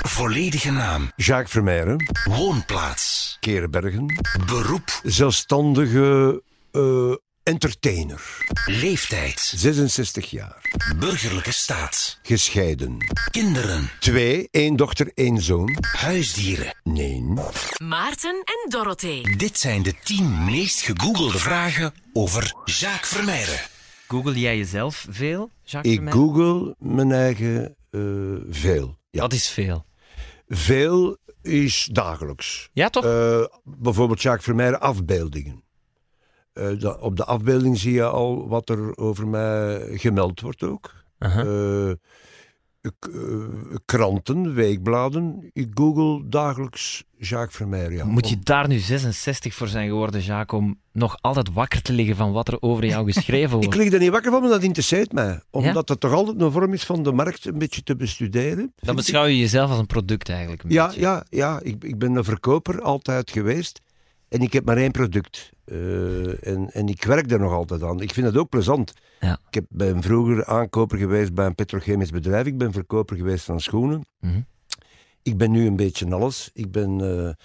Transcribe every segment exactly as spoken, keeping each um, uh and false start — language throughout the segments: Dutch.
Volledige naam. Jacques Vermeijren. Woonplaats. Keerbergen. Beroep. Zelfstandige uh, entertainer. Leeftijd. zesenzestig jaar. Burgerlijke staat. Gescheiden. Kinderen. Twee, één dochter, één zoon. Huisdieren. Nee. Maarten en Dorothee. Dit zijn de tien meest gegoogelde vragen over Jacques Vermeijren. Google jij jezelf veel, Jacques Ik Vermeijren? google mijn eigen uh, veel. Ja. Dat is veel. Veel is dagelijks. Ja, toch? Uh, bijvoorbeeld Jacques Vermeijren afbeeldingen. Uh, da, op de afbeelding zie je al wat er over mij gemeld wordt ook. Uh-huh. Uh, k- uh, kranten, weekbladen. Ik google dagelijks Jacques Vermeijren. Ja. Moet je daar nu zesenzestig voor zijn geworden, Jacques, om nog altijd wakker te liggen van wat er over jou geschreven wordt? Ik lig er niet wakker van, maar dat interesseert mij. Omdat Ja? het toch altijd een vorm is van de markt een beetje te bestuderen. Dan beschouw je jezelf als een product eigenlijk. Een Ja, beetje. ja, ja. Ik, ik ben een verkoper altijd geweest. En ik heb maar één product. Uh, en, en ik werk daar nog altijd aan. Ik vind het ook plezant. Ja. Ik heb, ben vroeger aankoper geweest bij een petrochemisch bedrijf. Ik ben verkoper geweest van schoenen. Mm-hmm. Ik ben nu een beetje alles. Ik ben uh, uh,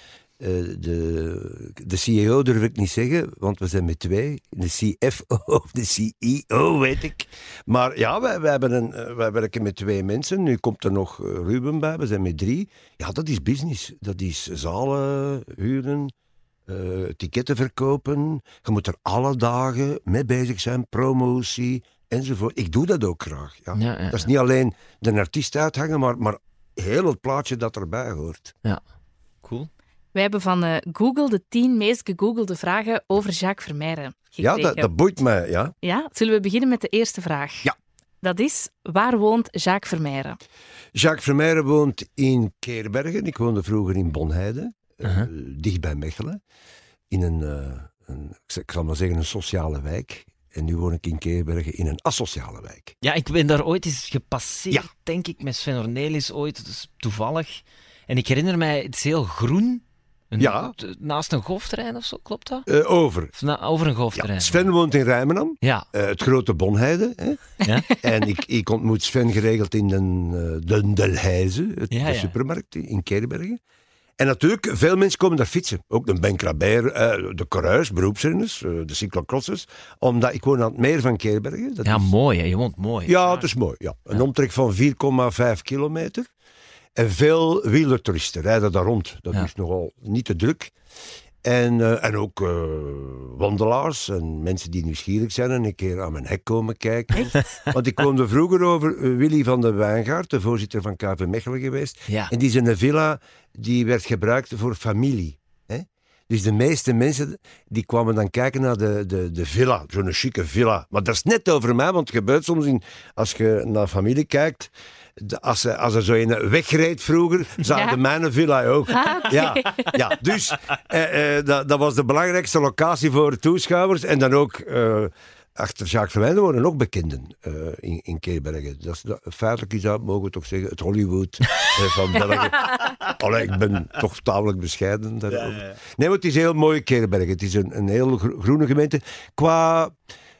de, de C E O, durf ik niet zeggen, want we zijn met twee. De C F O of de C E O, weet ik. Maar ja, wij, wij, hebben een, wij werken met twee mensen. Nu komt er nog Ruben bij, we zijn met drie. Ja, dat is business. Dat is zalen huren. Uh, ticketten verkopen. Je moet er alle dagen mee bezig zijn, promotie enzovoort. Ik doe dat ook graag. Ja. Ja, ja, ja. Dat is niet alleen de artiest uithangen, maar, maar heel het plaatje dat erbij hoort. Ja, cool. Wij hebben van uh, Google de tien meest gegoogelde vragen over Jacques Vermeijren gekregen. Ja, dat, dat boeit mij, ja. Ja, zullen we beginnen met de eerste vraag? Ja. Dat is, waar woont Jacques Vermeijren? Jacques Vermeijren woont in Keerbergen. Ik woonde vroeger in Bonheide. Uh-huh. Uh, dicht bij Mechelen, in een, uh, een, ik zal maar zeggen, een sociale wijk. En nu woon ik in Keerbergen in een asociale wijk. Ja, ik ben daar ooit eens gepasseerd, ja. denk ik, met Sven Ornelis ooit, dus toevallig. En ik herinner mij, het is heel groen. Een, ja. t- naast een golfterrein of zo, klopt dat? Uh, over. Na, over een golfterrein. Ja, Sven woont in Rijmenam, ja. uh, het grote Bonheide. Hè? Ja? En ik, ik ontmoet Sven geregeld in de, de, de Leize, het, ja, de ja. supermarkt in Keerbergen. En natuurlijk, veel mensen komen daar fietsen. Ook de Ben Krabbeer, uh, de Coruis, beroepsrenners, uh, de cyclocrossers. Omdat ik woon aan het meer van Keerbergen. Dat ja, is... mooi, hè? Je woont mooi. Ja, het is mooi. Ja. Een ja. omtrek van vier komma vijf kilometer. En veel wielertoeristen rijden daar rond. Dat ja. is nogal niet te druk. En, uh, en ook uh, wandelaars en mensen die nieuwsgierig zijn en een keer aan mijn hek komen kijken. Want ik woonde vroeger over uh, Willy van de Wijngaard, de voorzitter van K V Mechelen geweest. Ja. En die is in een villa die werd gebruikt voor familie. Hè? Dus de meeste mensen die kwamen dan kijken naar de, de, de villa, zo'n chique villa. Maar dat is net over mij, want het gebeurt soms in, als je naar familie kijkt. De, als, ze, als er zo een wegreed vroeger, zagen ja. de mijne villa ook. Ah, okay. ja, ja, dus eh, eh, dat, dat was de belangrijkste locatie voor toeschouwers. En dan ook uh, achter Jacques Vermeijren wonen nog bekenden uh, in, in Keerbergen. Dat is, dat, feitelijk is dat, mogen we toch zeggen, het Hollywood uh, van België. Allee, ik ben toch tamelijk bescheiden daarover. Ja, ja. Nee, maar het is een heel mooie Keerbergen. Het is een, een heel groene gemeente. Qua...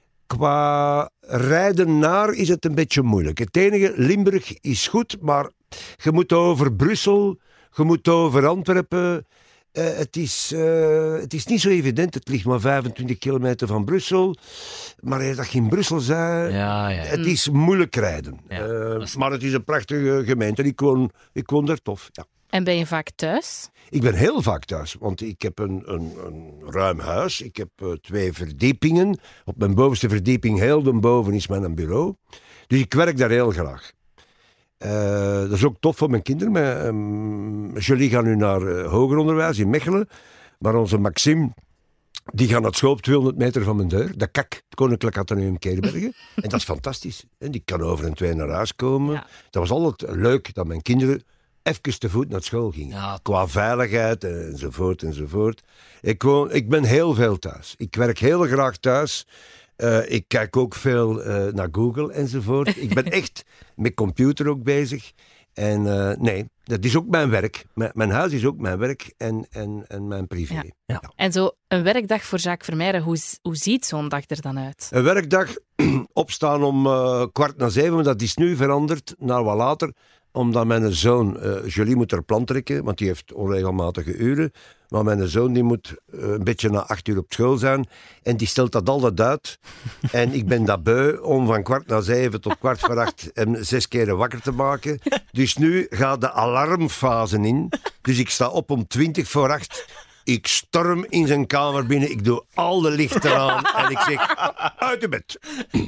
Qua rijden naar is het een beetje moeilijk. Het enige, Limburg is goed, maar je moet over Brussel, je moet over Antwerpen. Uh, het, is, uh, het is niet zo evident. Het ligt maar vijfentwintig kilometer van Brussel. Maar dat je in Brussel zei, ja, ja. het is moeilijk rijden. Ja, uh, is... Maar het is een prachtige gemeente. Ik woon, ik woon daar tof, ja. En ben je vaak thuis? Ik ben heel vaak thuis, want ik heb een, een, een ruim huis. Ik heb uh, twee verdiepingen. Op mijn bovenste verdieping, heel de boven, is mijn bureau. Dus ik werk daar heel graag. Uh, dat is ook tof voor mijn kinderen. Mijn, um, Julie gaat nu naar uh, hoger onderwijs in Mechelen. Maar onze Maxime, die gaat naar school op tweehonderd meter van mijn deur. De K A K, het Koninklijk Atheneum Keerbergen. En dat is fantastisch. En die kan over en twee naar huis komen. Ja. Dat was altijd leuk dat mijn kinderen even te voet naar school gingen. Ja. Qua veiligheid enzovoort enzovoort. Ik, woon, ik ben heel veel thuis. Ik werk heel graag thuis. Uh, ik kijk ook veel uh, naar Google enzovoort. Ik ben echt met computer ook bezig. En uh, nee, dat is ook mijn werk. M- mijn huis is ook mijn werk en, en, en mijn privé. Ja. Ja. Ja. En zo een werkdag voor Jacques Vermeijren, hoe, hoe ziet zo'n dag er dan uit? Een werkdag opstaan om uh, kwart na zeven, maar dat is nu veranderd naar wat later. omdat mijn zoon, uh, Julie moet er plan trekken, want die heeft onregelmatige uren. Maar mijn zoon die moet uh, een beetje na acht uur op school zijn. En die stelt dat altijd uit. En ik ben dat beu om van kwart na zeven tot kwart voor acht hem zes keer wakker te maken. Dus nu gaat de alarmfase in. Dus ik sta op om twintig voor acht. Ik storm in zijn kamer binnen, ik doe al de lichten aan en ik zeg, uit de bed.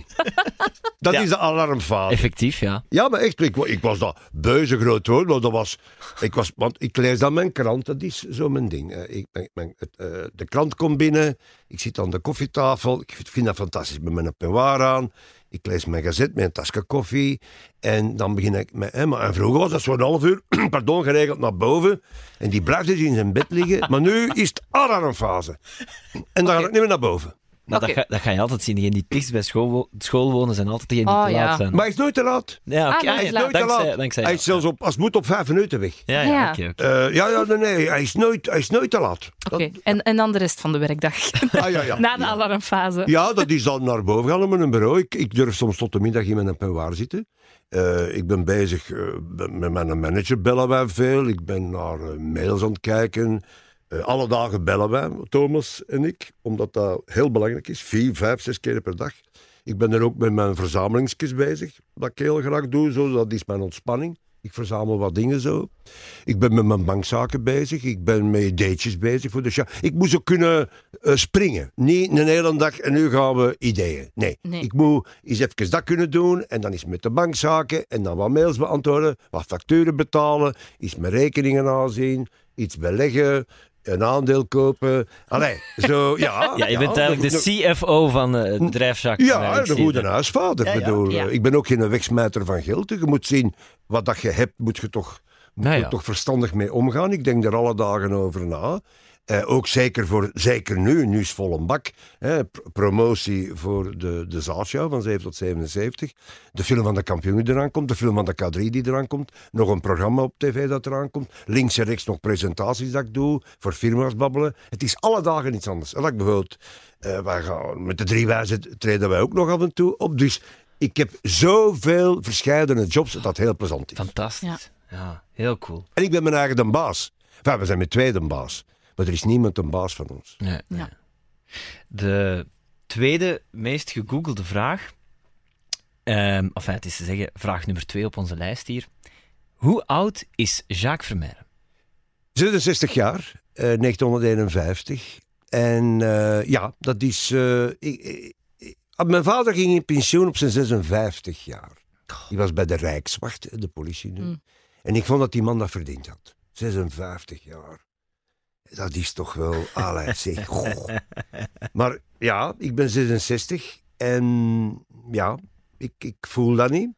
Dat ja. is de alarmfase. Effectief, ja. Ja, maar echt, ik, ik was dat beuze groot woord, maar dat was, ik was, want ik lees dan mijn krant, dat is zo mijn ding. Ik, mijn, mijn, het, uh, de krant komt binnen, ik zit aan de koffietafel, ik vind dat fantastisch met mijn peignoir aan. Ik lees mijn gazet met een tasje koffie. En dan begin ik met hem. En vroeger was dat zo'n half uur, pardon, geregeld naar boven. En die blijft dus in zijn bed liggen. Maar nu is het alarmfase. En dan okay. ga ik niet meer naar boven. Maar okay. dat, ga, dat ga je altijd zien. Degenen die dichtst bij school, school wonen zijn altijd degenen die oh, te laat ja. zijn. Maar hij is nooit te laat. Ja, okay. ah, hij is laat. nooit te dankzij, laat. Dankzij, hij is zelfs op, als het moet op vijf minuten weg. Ja, ja, ja. Okay, okay. Uh, ja, ja nee, nee, hij is nooit, hij is nooit te laat. Oké, okay. en, en dan de rest van de werkdag? Ah, ja, ja. Na de ja. alarmfase? Ja, dat is dan naar boven gaan op mijn bureau. Ik, ik durf soms tot de middag in mijn peignoir zitten. Uh, ik ben bezig uh, met mijn manager, bellen wij veel. Ik ben naar uh, mails aan het kijken. Uh, alle dagen bellen wij, Thomas en ik, omdat dat heel belangrijk is. Vier, vijf, zes keer per dag. Ik ben er ook met mijn verzamelingsjes bezig, dat ik heel graag doe. Zo, dat is mijn ontspanning. Ik verzamel wat dingen zo. Ik ben met mijn bankzaken bezig. Ik ben met ideetjes bezig voor de show. Ik moet zo kunnen uh, springen. Niet een hele dag en nu gaan we ideeën. Nee. nee, ik moet eens even dat kunnen doen. En dan is met de bankzaken. En dan wat mails beantwoorden. Wat facturen betalen. Iets mijn rekeningen aanzien. Iets beleggen. Een aandeel kopen. Allee, zo, ja. Ja, je ja, bent eigenlijk de C F O van uh, het bedrijf Jacques. Ja, de goede huisvader. Ja, ja. Bedoel, ja. Ik ben ook geen wegsmijter van geld. Je moet zien, wat dat je hebt, moet je toch, moet nou ja. je toch verstandig mee omgaan. Ik denk er alle dagen over na. Uh, ook zeker, voor, zeker nu, nu is vol een bak. Hè, promotie voor de, de zaalshow van zeven tot zevenenzeventig. De film van de kampioen die eraan komt. De film van de K drie die eraan komt. Nog een programma op tv dat eraan komt. Links en rechts nog presentaties dat ik doe. Voor firma's babbelen. Het is alle dagen iets anders. En dat ik bijvoorbeeld, uh, wij gaan, met de drie wijzen treden wij ook nog af en toe op. Dus ik heb zoveel verschillende jobs dat heel plezant is. Fantastisch. Ja, ja heel cool. En ik ben mijn eigen de baas. Enfin, we zijn met twee de baas. Maar er is niemand een baas van ons. Nee, nee. Ja. De tweede meest gegoogelde vraag, um, enfin, het is te zeggen, vraag nummer twee op onze lijst hier. Hoe oud is Jacques Vermeijren? zesenzestig jaar, uh, negentienhonderdeenenvijftig. En uh, ja, dat is... Uh, ik, ik, ik, mijn vader ging in pensioen op zijn zesenvijftig jaar. Die was bij de Rijkswacht, de politie nu. Mm. En ik vond dat die man dat verdiend had. zesenvijftig jaar. Dat is toch wel... Allee, zeg. Goh. Maar ja, ik ben zesenzestig. En ja, ik, ik voel dat niet.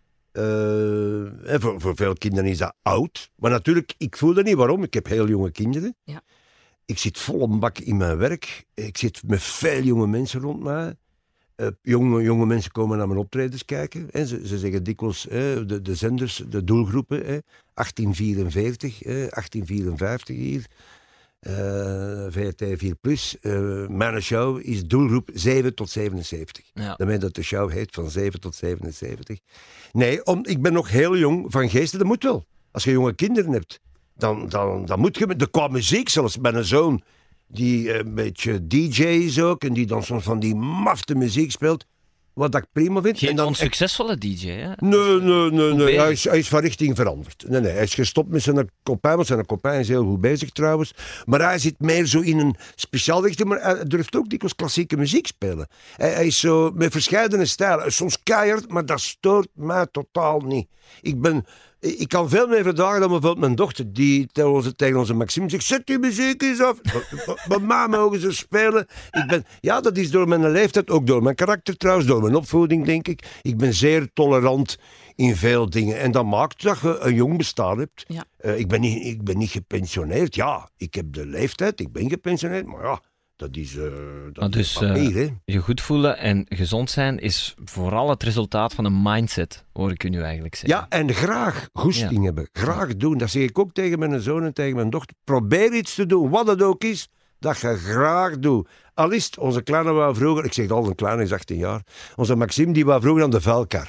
Uh, en voor, voor veel kinderen is dat oud. Maar natuurlijk, ik voel dat niet. Waarom? Ik heb heel jonge kinderen. Ja. Ik zit vol een bak in mijn werk. Ik zit met veel jonge mensen rond mij. Uh, jonge, jonge mensen komen naar mijn optredens kijken. Hè. Ze, ze zeggen dikwijls, hè, de, de zenders, de doelgroepen. Hè, achttien vierenveertig, hè, achttien vierenvijftig hier. Uh, V R T vier plus. Uh, mijn show is doelgroep zeven tot zevenenzeventig. Ja. Dat meent dat de show heet van zeven tot zevenenzeventig. Nee, om, ik ben nog heel jong van geesten. Dat moet wel. Als je jonge kinderen hebt, dan, dan, dan moet je... De, qua muziek zelfs. Mijn zoon, die een beetje D J is ook, en die dan soms van die mafte muziek speelt. Wat ik prima vind. Geen en dan onsuccesvolle D J, hè? Nee, nee, nee. nee. Hij, is, hij is van richting veranderd. Nee, nee. Hij is gestopt met zijn kopijn, want zijn kopijn is heel goed bezig trouwens. Maar hij zit meer zo in een speciaal richting, maar hij durft ook dikwijls klassieke muziek spelen. Hij, hij is zo met verschillende stijlen. Soms keihard, maar dat stoort mij totaal niet. Ik ben... Ik kan veel meer verdragen dan bijvoorbeeld mijn dochter, die tegen onze, tegen onze Maxime zegt, zet die muziek eens af. Bij mij mogen ze spelen. Ik ben, ja, dat is door mijn leeftijd, ook door mijn karakter trouwens, door mijn opvoeding, denk ik. Ik ben zeer tolerant in veel dingen. En dat maakt dat je een jong bestaan hebt. Ja. Uh, ik, ben niet, ik ben niet gepensioneerd. Ja, ik heb de leeftijd, ik ben gepensioneerd, maar ja... Dat is, uh, dat maar dus, is papier, uh, je goed voelen en gezond zijn is vooral het resultaat van een mindset, hoor ik u nu eigenlijk zeggen. Ja, en graag goesting ja. hebben. Graag doen. Dat zeg ik ook tegen mijn zoon en tegen mijn dochter. Probeer iets te doen, wat het ook is, dat je graag doet. Al is het, onze kleine wou vroeger, ik zeg al, een kleine is achttien jaar, onze Maxime die wou vroeger aan de vuilkar.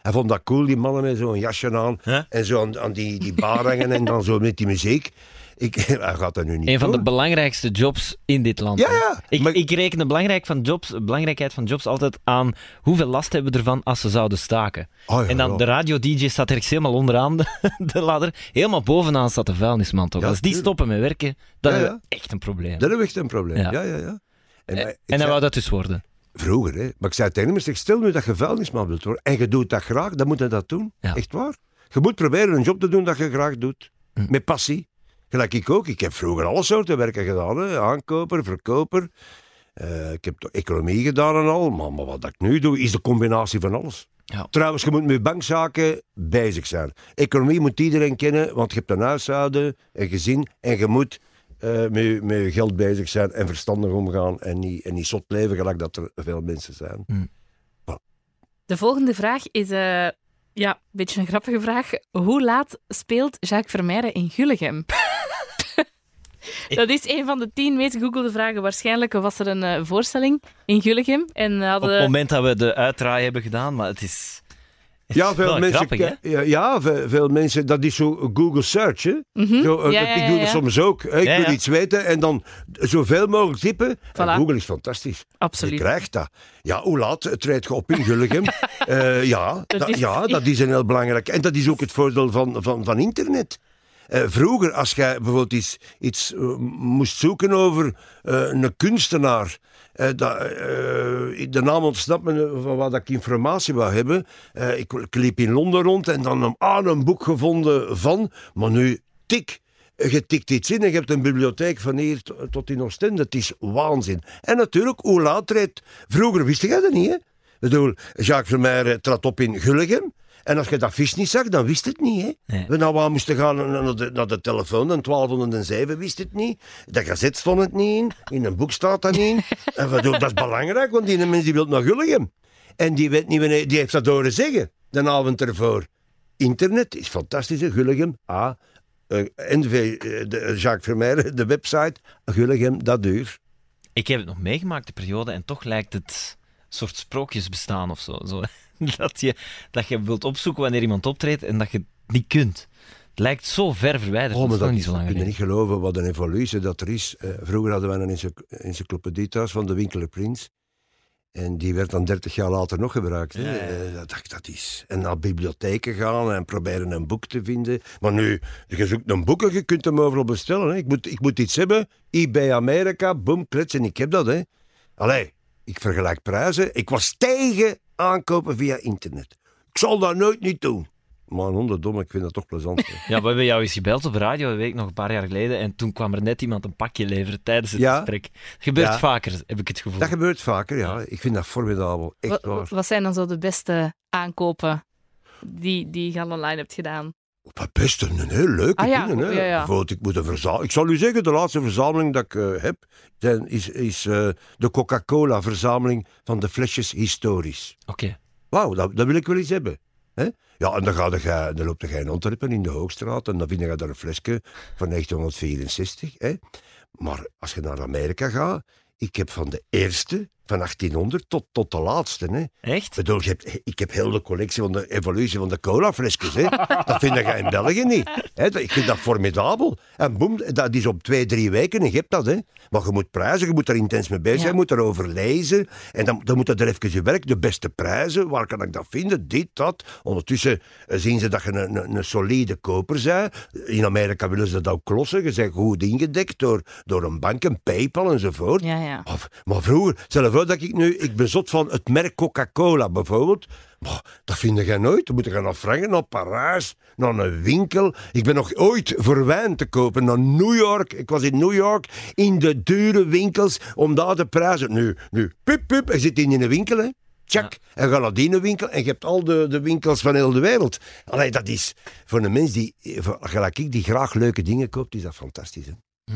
Hij vond dat cool, die mannen met zo'n jasje aan. Huh? En zo aan, aan die, die bar hangen en dan zo met die muziek. Ik, hij gaat dat nu niet Een van doen. de belangrijkste jobs in dit land. Ja, hè. ja. Ik, Maar- ik reken de belangrijk van jobs, de belangrijkheid van jobs altijd aan hoeveel last hebben we ervan als ze zouden staken. Oh, ja, en dan ja. de radio-D J staat ergens helemaal onderaan de, de ladder. Helemaal bovenaan staat de vuilnisman toch. Ja, Als die tuurlijk. stoppen met werken, dan Ja, ja. hebben we echt een probleem. Dat is echt een probleem. Ja. Ja, ja, ja. En, En, ik en dan zei- wou dat dus worden. Vroeger, hè. Maar ik zei tegen hem, zeg, stel nu dat je vuilnisman wilt worden en je doet dat graag, dan moet je dat doen. Ja. Echt waar. Je moet proberen een job te doen dat je graag doet. Hm. Met passie. Gelijk ik ook. Ik heb vroeger alle soorten werken gedaan. Hè. Aankoper, verkoper. Eh, ik heb economie gedaan en al. Maar, maar wat ik nu doe, is de combinatie van alles. Ja. Trouwens, je moet met bankzaken bezig zijn. Economie moet iedereen kennen, want je hebt een huishouden, een gezin en je moet eh, met, je- met je geld bezig zijn en verstandig omgaan en niet, en niet zot leven, gelijk dat er veel mensen zijn. De volgende vraag is eh, ja, een beetje een grappige vraag. Hoe laat speelt Jacques Vermeijren in Gullegem? Dat is een van de tien meest gegoogelde vragen. Waarschijnlijk was er een eh, voorstelling in Gullegem. En Op hadden... het moment dat we de uitdraai hebben gedaan, maar het is... het Ja, is veel wel mensen, grappig, hè? ke- ja, ja, veel, veel mensen, dat is zo Google Search. Hè? Mhm. Zo, eh, Ja, dat- ja, ik ja, doe dat ja. soms ook. Hè? Ik Ja, wil ja. iets weten en dan zoveel mogelijk typen. En Voilà. Google is fantastisch. Je Absoluut. krijgt dat. Ja, hoe laat treedt je op in Gullegem? Eh, ja, Dat dat, is- ja, dat is een heel belangrijk. En dat is ook het voordeel van, van, van internet. Eh, vroeger, als jij bijvoorbeeld iets, iets eh, moest zoeken over eh, een kunstenaar, eh, dat, eh, de naam ontsnapt me van wat ik informatie wou hebben. Eh, ik, ik liep in Londen rond en dan een, ah, een boek gevonden van, maar nu tik. Je tikt iets in en je hebt een bibliotheek van hier t- tot in Oostende. Het is waanzin. En natuurlijk, hoe laat treedt... Vroeger wist jij dat niet, hè? Ik bedoel, Jacques Vermeijren trad op in Gullegem. En als je dat vis niet zag, dan wist het niet, hè? Nee. We nou moesten gaan naar de, naar de telefoon, en twaalfhonderdzeven wist het niet. De gazet stond het niet in. In een boek staat dat niet in. En we doen, dat is belangrijk, want die mens die wil naar Gullegem. En die weet niet wanneer, die heeft dat horen zeggen, de avond ervoor. Internet is fantastisch, hè? Gullegem. Ah, uh, N V, uh, de, uh, Jacques Vermeijren, de website. Gullegem, dat duur. Ik heb het nog meegemaakt, de periode, en toch lijkt het een soort sprookjes bestaan of zo. zo. Dat, je, dat je wilt opzoeken wanneer iemand optreedt en dat je het niet kunt. Het lijkt zo ver verwijderd, Oh, dat maar is nog dat niet is, zo lang kun je geleden. niet geloven wat een evolutie dat er is. Uh, vroeger hadden wij een encycl- encyclopedie thuis van de Winkeler Prins. En die werd dan dertig jaar later nog gebruikt. Hè. Ja, ja. Uh, dat, dat, dat is. En naar bibliotheken gaan en proberen een boek te vinden. Maar nu, je zoekt een boek en je kunt hem overal bestellen. Hè. Ik, moet, ik moet iets hebben. eBay Amerika, boom, klets. En ik heb dat. Hè. Allee, ik vergelijk prijzen. Ik was tegen aankopen via internet. Ik zal dat nooit niet doen. Maar honderdom, ik vind dat toch plezant. Hè. Ja, we hebben jou eens gebeld op de radio, weet ik nog, een paar jaar geleden. En toen kwam er net iemand een pakje leveren tijdens het Ja. gesprek. Het gebeurt Ja. vaker, heb ik het gevoel. Dat gebeurt vaker, ja. Ik vind dat formidabel. Echt Wat, waar. wat zijn dan zo de beste aankopen die, die je al online hebt gedaan? Wat best een heel leuke Ah ja, dingen. Hè. ja, ja. Bijvoorbeeld, ik, moet een verza- ik zal u zeggen, de laatste verzameling dat ik uh, heb, zijn, is, is uh, de Coca-Cola-verzameling van de flesjes historisch. Oké. Wauw, dat, dat wil ik wel eens hebben. Hè? Ja, en dan, ga je, dan loopt je in Antwerpen in de Hoogstraat en dan vind je daar een flesje van negentienhonderdvierenzestig. Hè? Maar als je naar Amerika gaat, ik heb van de eerste, van achttienhonderd tot, tot de laatste. Hè? Echt? Ik bedoel, je hebt, ik heb heel de collectie van de evolutie van de colaflesjes. Hè. Dat vind je in België niet. Hè. Ik vind dat formidabel. En boem, dat is op twee, drie weken en je hebt dat. Hè. Maar je moet prijzen, je moet er intens mee bezig zijn, Ja. je moet erover lezen. En dan, dan moet dat er even je werk, de beste prijzen, waar kan ik dat vinden, dit, dat. Ondertussen eh, zien ze dat je een, een, een solide koper bent. In Amerika willen ze dat ook klossen. Je bent goed ingedekt door, door een bank, een PayPal enzovoort. Ja, ja. Of, maar vroeger, stel je voor dat ik nu, ik ben zot van het merk Coca-Cola bijvoorbeeld. Maar dat vind je nooit. Dan moet je naar Frankrijk, naar Parijs, naar een winkel. Ik ben nog ooit voor wijn te kopen naar New York. Ik was in New York, in de dure winkels, om daar de prijzen. Nu, nu, pup, pup, je zit in een winkel, hè. Tjak, en ga naar die winkel en je hebt al de, de winkels van heel de wereld. Allee, dat is voor een mens die, voor, gelijk ik, die graag leuke dingen koopt, is dat fantastisch, hè.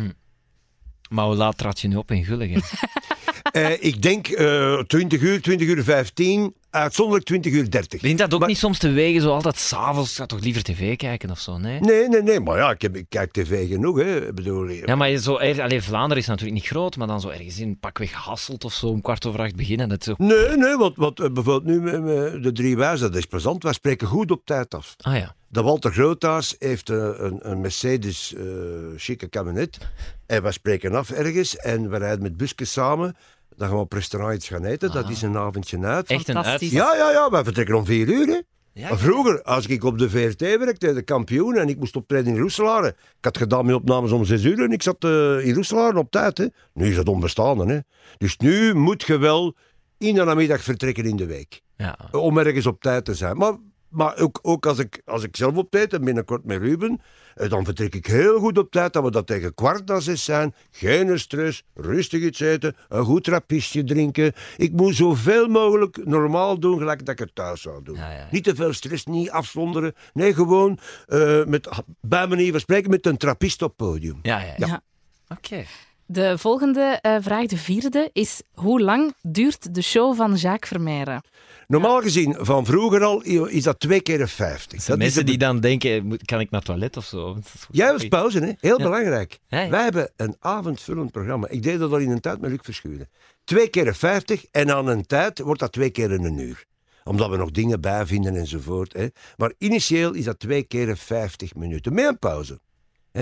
Maar hoe laat trad je nu op in Gullegem? Uh, ik denk uh, twintig uur, twintig uur vijftien. uitzonderlijk twintig uur dertig. Begint dat ook Maar- niet soms te wegen, zo altijd s'avonds? Ga toch liever tv kijken of zo, nee? Nee, nee, nee, maar ja, ik, heb, ik kijk tv genoeg, hè. Ik bedoel, Ja, maar je zo, er, allee, Vlaanderen is natuurlijk niet groot, maar dan zo ergens in pakweg Hasselt of zo om kwart over acht beginnen. Dat is ook... Nee, nee, want, want eh, bijvoorbeeld nu met, met de drie wijzen, dat is plezant. Wij spreken goed op tijd af. Ah ja. De Walter Groothuis heeft uh, een, een Mercedes uh, chique kabinet. En wij spreken af ergens en we rijden met busjes samen. Dan gaan we op restaurant iets gaan eten. Dat is een avondje uit. Echt een Fantastisch. uit... Ja, ja, ja, wij vertrekken om vier uur. Hè. Ja, Maar ja. vroeger, als ik op de V R T werkte, de kampioen, en ik moest optreden in Roeselare. Ik had gedaan met opnames om zes uur en ik zat uh, in Roeselare op tijd. Hè. Nu is dat onbestaande. Hè. Dus nu moet je wel in de namiddag vertrekken in de week. Ja. Om ergens op tijd te zijn. Maar, maar ook, ook als, ik, als ik zelf op tijd en binnenkort met Ruben, eh, dan vertrek ik heel goed op tijd dat we dat tegen kwart na zes zijn. Geen stress, rustig iets eten, een goed trappistje drinken. Ik moet zoveel mogelijk normaal doen, gelijk dat ik het thuis zou doen. Ja, ja, ja. Niet te veel stress, niet afzonderen. Nee, gewoon eh, met, bij manier van spreken met een trappist op het podium. Ja, ja, ja. Ja. Oké. De volgende eh, vraag, de vierde, is hoe lang duurt de show van Jacques Vermeijren? Normaal gezien, van vroeger al, is dat twee keer een vijftig. De mensen die dan denken, moet- kan ik naar het toilet of zo? Dat is- Jij was pauze, hè? Heel Ja. belangrijk. Ja, ja. Wij hebben een avondvullend programma. Ik deed dat al in een tijd met Luc Verschuren. Twee keer een vijftig en aan een tijd wordt dat twee keer een uur. Omdat we nog dingen bijvinden enzovoort. Hè? Maar initieel is dat twee keer vijftig minuten. Met een pauze. Hè?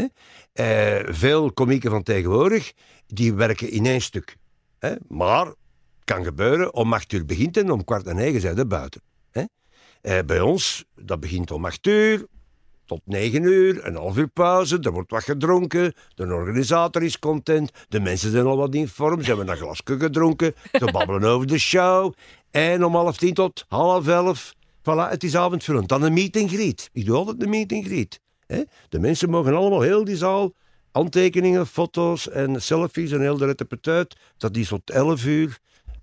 Eh, veel komieken van tegenwoordig, die werken in één stuk. Hè? Maar, kan gebeuren, om acht uur begint en om kwart na negen zijn er buiten. Hè? Eh, bij ons, dat begint om acht uur, tot negen uur, een half uur pauze, er wordt wat gedronken, de organisator is content, de mensen zijn al wat in vorm, ze hebben een glasje gedronken, ze babbelen over de show, en om half tien tot half elf, voilà, het is avondvullend. Dan een meet and greet. Ik doe altijd een meet and greet. Hè? De mensen mogen allemaal heel die zaal, handtekeningen, foto's en selfies en heel de rettepetuit, dat is tot elf uur.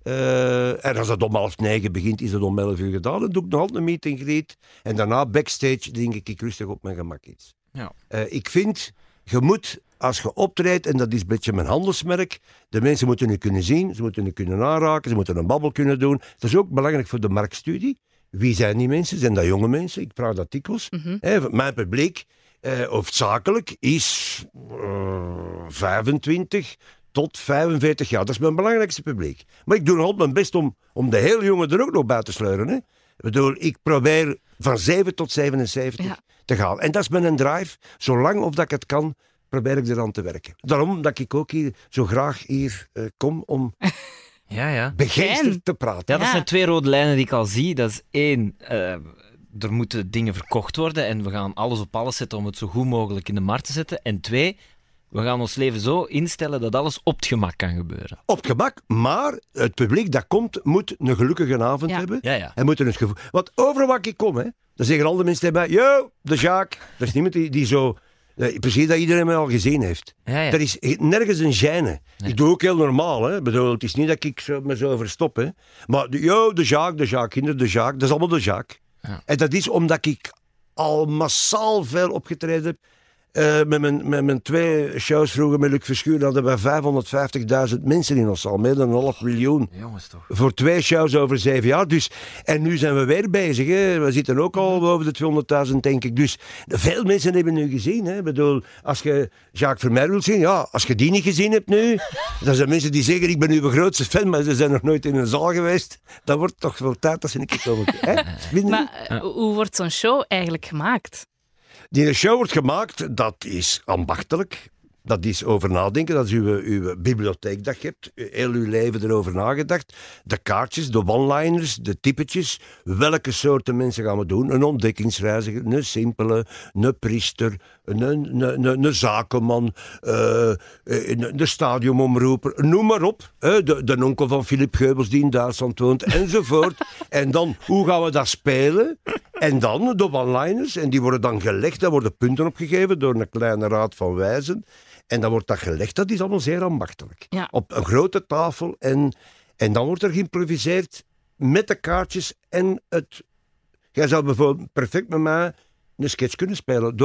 Uh, en als dat om half negen begint, is het om elf uur gedaan. Dan doe ik nog altijd een meet and greet. En daarna backstage drink ik rustig op mijn gemak iets. Ja. Uh, ik vind, je moet, als je optreedt, en dat is een beetje mijn handelsmerk, de mensen moeten je kunnen zien, ze moeten je kunnen aanraken, ze moeten een babbel kunnen doen. Dat is ook belangrijk voor de marktstudie. Wie zijn die mensen? Zijn dat jonge mensen? Ik vraag dat dikwijls. Mhm. Eh, mijn publiek, uh, hoofdzakelijk, is uh, vijfentwintig tot vijfenveertig jaar. Dat is mijn belangrijkste publiek. Maar ik doe altijd mijn best om, om de heel jongen er ook nog bij te sleuren. Hè. Ik bedoel, ik probeer van zeven tot zevenenzeventig Ja. te gaan. En dat is mijn drive. Zolang of dat ik het kan, probeer ik eraan te werken. Daarom dat ik ook hier zo graag hier uh, kom om Ja, ja. begeesterd Fijn. te praten. Ja, dat Ja. zijn twee rode lijnen die ik al zie. Dat is één, eh, er moeten dingen verkocht worden en we gaan alles op alles zetten om het zo goed mogelijk in de markt te zetten. En twee, we gaan ons leven zo instellen dat alles op het gemak kan gebeuren. Op het gemak, maar het publiek dat komt, moet een gelukkige avond Ja. hebben. Ja, ja. En moet er het gevoel... Want overal waar ik kom, hè, dan zeggen al de mensen tegen mij, yo, de Jacques. Dat is niemand die, die zo... eh, Precies dat iedereen mij al gezien heeft. Ja, ja. Er is nergens een gêne. Ik doe ook heel normaal. Hè. Ik bedoel, het is niet dat ik zo, me zo verstop. Hè. Maar de- yo, de Jacques, de Jacques, kinderen, de Jacques. Dat is allemaal de Jacques. Ja. En dat is omdat ik al massaal veel opgetreden heb. Uh, met, mijn, met mijn twee shows vroeger met Luc Verschuren hadden we vijfhonderdvijftigduizend mensen in ons zaal. Meer dan een half miljoen. Jongens toch. Voor twee shows over zeven jaar. Dus, en nu zijn we weer bezig. Hè. We zitten ook al boven de tweehonderdduizend, denk ik. Dus veel mensen hebben nu gezien. Hè. Ik bedoel, als je Jacques Vermeijren wilt zien, ja, als je die niet gezien hebt nu, dan zijn mensen die zeggen, ik ben uw grootste fan, maar ze zijn nog nooit in een zaal geweest. Dan wordt het toch wel tijd dat ze een keer komen. Hè? Vind je niet? Maar eh, hoe wordt zo'n show eigenlijk gemaakt? Die show wordt gemaakt, dat is ambachtelijk. Dat is over nadenken, dat is uw, uw bibliotheek dat je hebt. Heel uw leven erover nagedacht. De kaartjes, de one-liners, de typetjes. Welke soorten mensen gaan we doen? Een ontdekkingsreiziger, een simpele, een priester, een, een, een, een zakenman, uh, een, een stadionomroeper. Noem maar op. Uh, de, de onkel van Philip Geubels die in Duitsland woont, enzovoort. En dan, hoe gaan we dat spelen? En dan de one-liners, en die worden dan gelegd, daar worden punten opgegeven door een kleine raad van wijzen. En dan wordt dat gelegd, dat is allemaal zeer ambachtelijk. Ja. Op een grote tafel en, en dan wordt er geïmproviseerd met de kaartjes en het... Jij zou bijvoorbeeld perfect met mij een sketch kunnen spelen door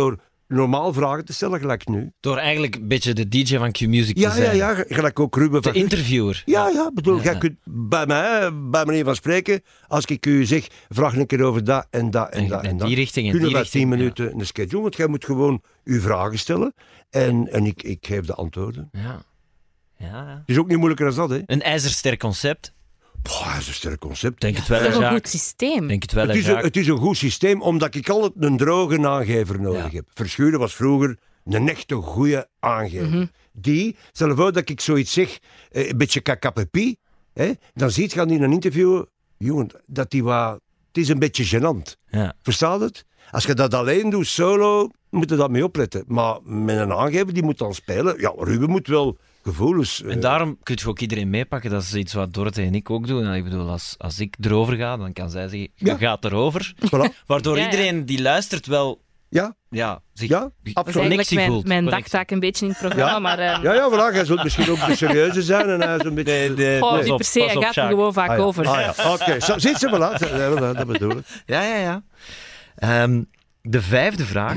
normaal vragen te stellen, gelijk nu. Door eigenlijk een beetje de D J van Q-Music te Ja, ja, zijn. ja, gelijk ook Ruben De van... interviewer. Ja, ja, bedoel, Ja. jij kunt bij mij, bij manier van spreken, als ik u zeg, vraag een keer over dat en dat en, En, dat en en dat. die richting en Kunnen die wij richting. tien ja. minuten een sketch doen, want jij moet gewoon uw vragen stellen en, en ik, ik geef de antwoorden. Ja. Ja. Het is ook niet moeilijker dan dat, hè. Een ijzersterk concept. Boah, dat is een sterk concept. Denk het wel, Dat hè, is een goed Jacques? systeem. Denk het wel, Het hè, is, een, Jacques? het is een goed systeem, omdat ik altijd een droge aangever nodig Ja. heb. Verschuren was vroeger een echte goede aangever. Mhm. Die, stel je voor dat ik zoiets zeg, eh, een beetje kakapepie, hè, dan ziet je in een interview, jongen, dat die wat... Het is een beetje gênant. Ja. Verstaat het? Als je dat alleen doet, solo, moet je dat mee opletten. Maar met een aangever, die moet dan spelen. Ja, Ruben moet wel gevoelens... eh, En daarom kun je ook iedereen meepakken. Dat is iets wat Dorothee en ik ook doen. En ik bedoel, als, als ik erover ga, dan kan zij zeggen, je Ja. gaat erover. voilà. Waardoor Ja, ja. iedereen die luistert wel Ja, ja, zich ja, Dat is absoluut. eigenlijk connectie mijn, voelt. mijn Connectie. dagtaak een beetje in het programma, Ja. maar... eh, Ja, ja, voilà. Jij zult misschien ook de serieuze zijn en hij is een beetje... Nee, nee, goh, pas niet op, per se, pas hij op, gaat er Jacques. gewoon vaak Ah, ja. over. Ah, ja. Oké, zo, zit ze voilà. Ja, dat, dat bedoel ik. Ja, ja, ja. Ehm, de vijfde vraag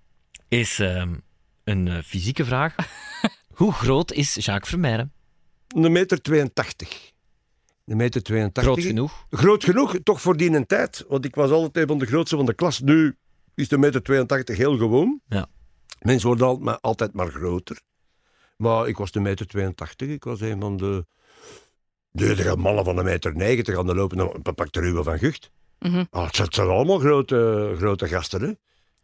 is ehm, een eh, fysieke vraag. Hoe groot is Jacques Vermeijren? Een meter tweeëntachtig. Een meter tweeëntachtig. Groot genoeg. Groot genoeg, toch voor die een tijd. Want ik was altijd een van de grootste van de klas. Nu is de meter tweeëntachtig heel gewoon. Ja. Mensen worden altijd maar, altijd maar groter. Maar ik was de meter tweeëntachtig. Ik was een van de... De, de mannen van de meter negentig aan de lopen. Dan pak de Ruben van Gucht. Mhm. Ah, het zijn- het zijn allemaal grote, grote gasten, hè.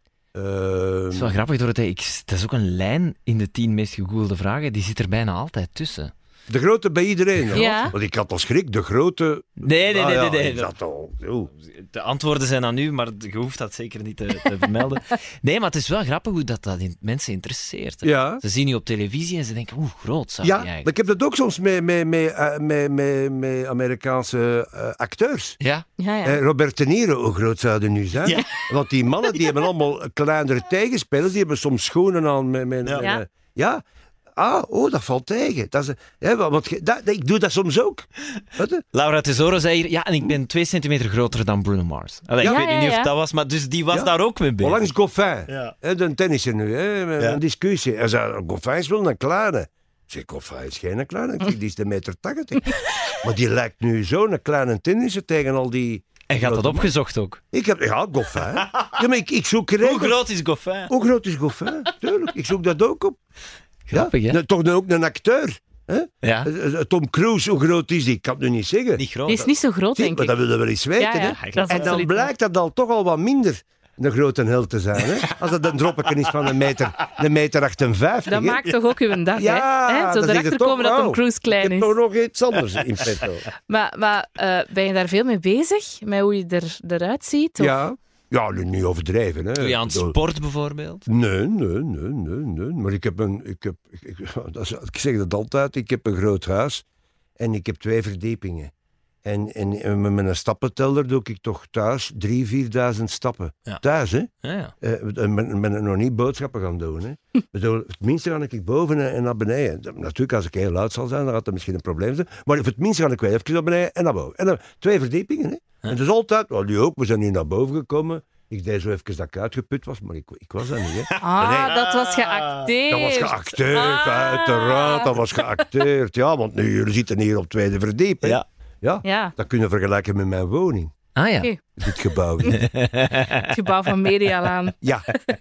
Het Ehm, is wel grappig, Dorothee. Ik, dat is ook een lijn in de tien meest gegoogelde vragen. Die zit er bijna altijd tussen. de grote bij iedereen. hè. Ja. Want ik had al schrik, de grote... Nee, nee, Ah, nee. ja, nee, nee. ik zat al... oeh. De antwoorden zijn aan u, maar je hoeft dat zeker niet te, te vermelden. Nee, maar het is wel grappig hoe dat, dat in, mensen interesseert. hè. Ja. Ze zien u op televisie en ze denken, hoe groot zou Ja, die maar eigenlijk... ik heb dat ook soms met, met, met, eh, met, met, met Amerikaanse eh, acteurs. Ja, Ja, ja. Eh, Robert De Niro, hoe groot zou die nu zijn? Ja. Want die mannen die hebben allemaal kleinere tegenspelers, die hebben soms schoenen aan. Met, met, Ja. met- Ja. ja. Ah, oh, dat valt tegen. Dat is, hè, want, je- dat, ik doe dat soms ook. Weet je? Laura Tesoro zei hier, ja, en ik ben twee centimeter groter dan Bruno Mars. Allee, Ja. ik weet Ja, niet ja, of ja. dat was, maar dus die was Ja. daar ook mee bezig. Onlangs Goffin, Ja. hè, de tennisser nu, hè, met Ja. een discussie. Hij zei, Goffin is wel een kleine. Ik zeg, Goffin is geen kleine, ik zeg, die is een meter tachtig. Maar die lijkt nu zo'n kleine tennisser tegen al die... En gaat dat opgezocht ook? Ik heb, ja, Goffin. Ja, maar ik, ik zoek Hoe geregeld... groot is Goffin? Hoe groot is Goffin? Tuurlijk, ik zoek dat ook op. Grappig, ja? hè? Nou, toch nou ook een acteur. Hè? Ja, Eh, eh, Tom Cruise, hoe groot is die? Ik kan het nu niet zeggen. niet groot. Die is niet zo groot, Zie, denk maar ik. dat willen we wel eens weten. Ja, ja, hè? dat is En dan absoluut blijkt dat al toch al wat minder een grote held te zijn. Hè? Als dat een droppetje is van een meter, een meter achtenvijftig. Dat hè? maakt toch ook uw dag, Ja, hè? hè? Zo dan zeg je erachter toch, komen dat Tom wauw, Cruise klein Ik heb is. toch nog iets anders in petto. Maar, maar eh, ben je daar veel mee bezig? Met hoe je er, eruit ziet? Of- Ja, ja, nu niet overdrijven. Hè. Doe je aan Ik bedoel- sport bijvoorbeeld? Nee, nee, nee, nee, nee. Maar ik heb een... Ik, heb, ik, ik- dat is, ik zeg dat altijd, ik heb een groot huis en ik heb twee verdiepingen. En, en, en met mijn stappenteller doe ik toch thuis drie, vierduizend stappen. Ja. Thuis, hè. Ja, ja. Eh, en ben, ben nog niet boodschappen gaan doen. Hè. Ik bedoel, het minste ga ik boven en naar beneden. Dat- Natuurlijk, als ik heel luid zal zijn, dan gaat dat misschien een probleem zijn. Maar voor het minste ga ik wel even naar beneden en naar boven. En dan twee verdiepingen. Hè. En dus altijd, wel nu ook, we zijn nu naar boven gekomen. Ik deed zo even dat ik uitgeput was, maar ik, ik was dat niet. Hè. Ah, Nee. dat was geacteerd. Dat was geacteerd, Ah. uiteraard, dat was geacteerd. Ja, want nu, jullie zitten hier op tweede verdieping. Ja. Ja, Ja, dat kunnen we vergelijken met mijn woning. Ah ja. Oké. Dit gebouw. het gebouw van Medialaan. Ja,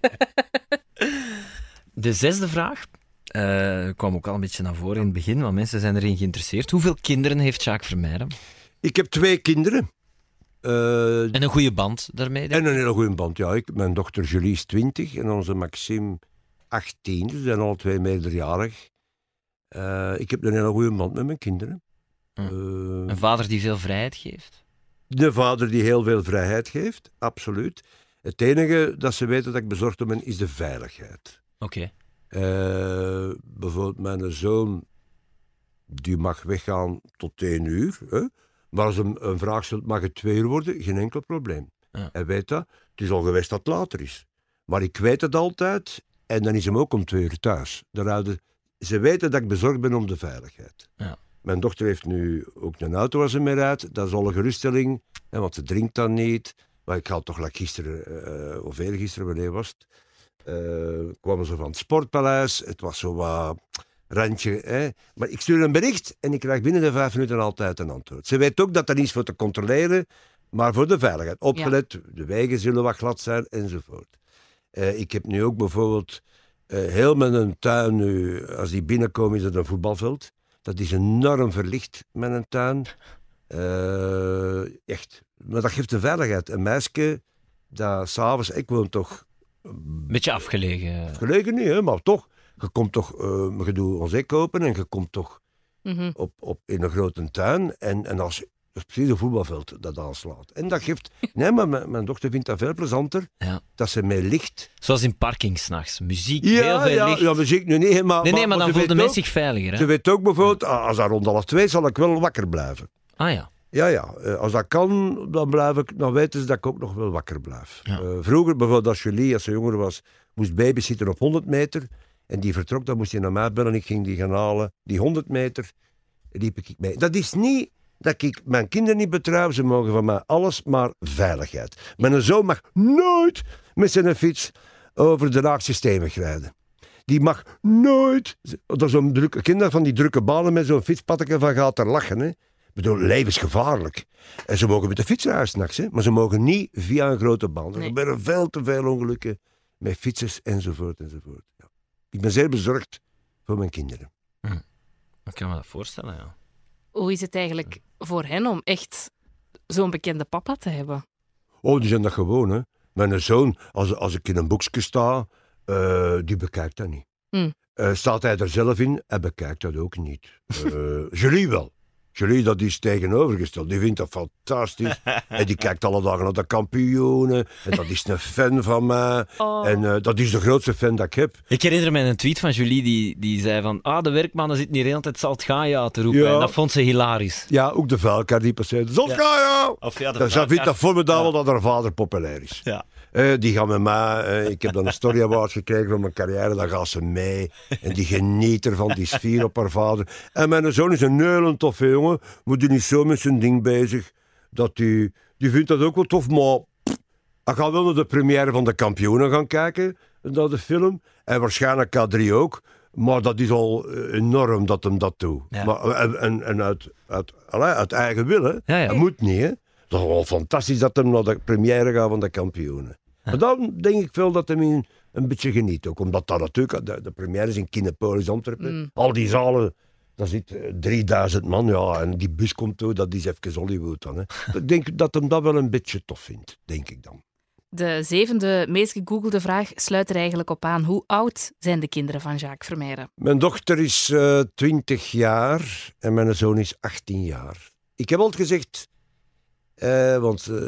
De zesde vraag eh, kwam ook al een beetje naar voren in het begin, want mensen zijn erin geïnteresseerd. Hoeveel kinderen heeft Jacques Vermeijren? ik heb twee kinderen. Eh, En een goede band daarmee, denk En een hele goede band, ja. Ik, mijn dochter Julie is twintig en onze Maxime achttien. Dus ze zijn alle twee meerderjarig. Eh, ik heb een hele goede band met mijn kinderen. Hm. Eh, Een vader die veel vrijheid geeft? de vader die heel veel vrijheid geeft, absoluut. Het enige dat ze weten dat ik bezorgd om ben, is de veiligheid. Oké. Eh, bijvoorbeeld mijn zoon, die mag weggaan tot één uur. Hè? Maar als hem een vraag stelt, mag het twee uur worden? Geen enkel probleem. Ja. Hij weet dat. Het is al geweest dat het later is. Maar ik weet het altijd. En dan is hem ook om twee uur thuis. Daar houden- ze weten dat ik bezorgd ben om de veiligheid. Ja. Mijn dochter heeft nu ook een auto waar ze mee rijdt. Dat is al een geruststelling. Hè, want ze drinkt dan niet. Maar ik ga toch like gisteren, eh, of eergisteren, wanneer was het? Uh, kwamen ze van het Sportpaleis. Het was zo wat randje. Hè. Maar ik stuur een bericht en ik krijg binnen de vijf minuten altijd een antwoord. Ze weet ook dat dat niet is voor te controleren, maar voor de veiligheid. Opgelet, ja. De wegen zullen wat glad zijn, enzovoort. Uh, ik heb nu ook bijvoorbeeld uh, heel mijn tuin, nu, als die binnenkomen, is het een voetbalveld. Dat is enorm verlicht, mijn tuin. Uh, echt. Maar dat geeft de veiligheid. Een meisje, dat s'avonds, ik woon toch... Beetje afgelegen. Afgelegen niet, hè, maar toch. Je komt toch, uh, je doet ons hek open en je komt toch mm-hmm. op, op, in een grote tuin. En, en als, dat is precies een voetbalveld dat aanslaat. En dat geeft... Nee, maar mijn, mijn dochter vindt dat veel plezanter. Ja. Dat ze met licht... Zoals in parking s'nachts. Muziek, ja, heel veel ja, licht. Ja, muziek nu niet. Maar, nee, nee, maar, maar dan voelt de mens ook, zich veiliger. Hè? Ze weet ook bijvoorbeeld, als dat rond half twee zal ik wel wakker blijven. Ah ja. Ja, ja. Als dat kan, dan, blijf ik, dan weten ze dat ik ook nog wel wakker blijf. Ja. Uh, vroeger, bijvoorbeeld als Julie, als ze jonger was, moest babysitten op honderd meter. En die vertrok, dan moest hij naar mij bellen en ik ging die gaan halen. Die honderd meter liep ik mee. Dat is niet dat ik mijn kinderen niet betrouw. Ze mogen van mij alles, maar veiligheid. Mijn zoon mag nooit met zijn fiets over de Haagse Steenweg rijden. Die mag nooit... Dat is zo'n drukke kinder van die drukke banen met zo'n fietspaddetje van gaat er lachen, hè. Ik bedoel, levensgevaarlijk. En ze mogen met de fiets rijden s'nachts, hè, maar ze mogen niet via een grote baan. Er nee. gebeuren veel te veel ongelukken met fietsers enzovoort enzovoort. Ja. Ik ben zeer bezorgd voor mijn kinderen. Hm. Ik kan me dat voorstellen, ja. Hoe is het eigenlijk voor hen om echt zo'n bekende papa te hebben? Oh, die zijn dat gewoon, hè. Mijn zoon, als, als ik in een boekje sta, uh, die bekijkt dat niet. Hm. Uh, staat hij er zelf in, hij bekijkt dat ook niet. Uh, Julie wel. Julie, dat is tegenovergesteld. Die vindt dat fantastisch. En die kijkt alle dagen naar de kampioenen. En dat is een fan van mij. Oh. En uh, dat is de grootste fan dat ik heb. Ik herinner me een tweet van Julie die, die zei van ah, de werkmannen zitten hier de hele tijd zal het gaan ja te roepen. Ja. En dat vond ze hilarisch. Ja, ook de vuilkar die passeert. Zal het gaan ja! Of ja, de dus zij vindt dat formidabel ja. dat haar vader populair is. Ja. Uh, die gaan met mij. Uh, ik heb dan een Story Award gekregen voor mijn carrière. Dan gaat ze mee. En die geniet ervan. Die is fier op haar vader. En mijn zoon is een hele toffe jongen. Maar die is zo met zijn ding bezig. Dat die, die vindt dat ook wel tof. Maar pff, hij gaat wel naar de première van de Kampioenen gaan kijken. Naar de film. En waarschijnlijk K drie ook. Maar dat is al enorm dat hem dat doet. Ja. Maar, en en, en uit, uit, uit eigen wil. Hè. Ja, ja. Dat moet niet. Hè. Dat is wel fantastisch dat hem naar de première gaat van de Kampioenen. Ja. Maar dan denk ik wel dat hij een, een beetje geniet ook. Omdat dat natuurlijk, de, de première is in Kinepolis Antwerpen. Mm. Al die zalen, daar zit uh, drieduizend man. Ja, en die bus komt toe, dat is even Hollywood dan. Hè. Ik denk dat hem dat wel een beetje tof vindt, denk ik dan. De zevende meest gegoogelde vraag sluit er eigenlijk op aan. Hoe oud zijn de kinderen van Jacques Vermeijren? Mijn dochter is uh, twintig jaar en mijn zoon is achttien jaar. Ik heb altijd gezegd... Uh, want uh,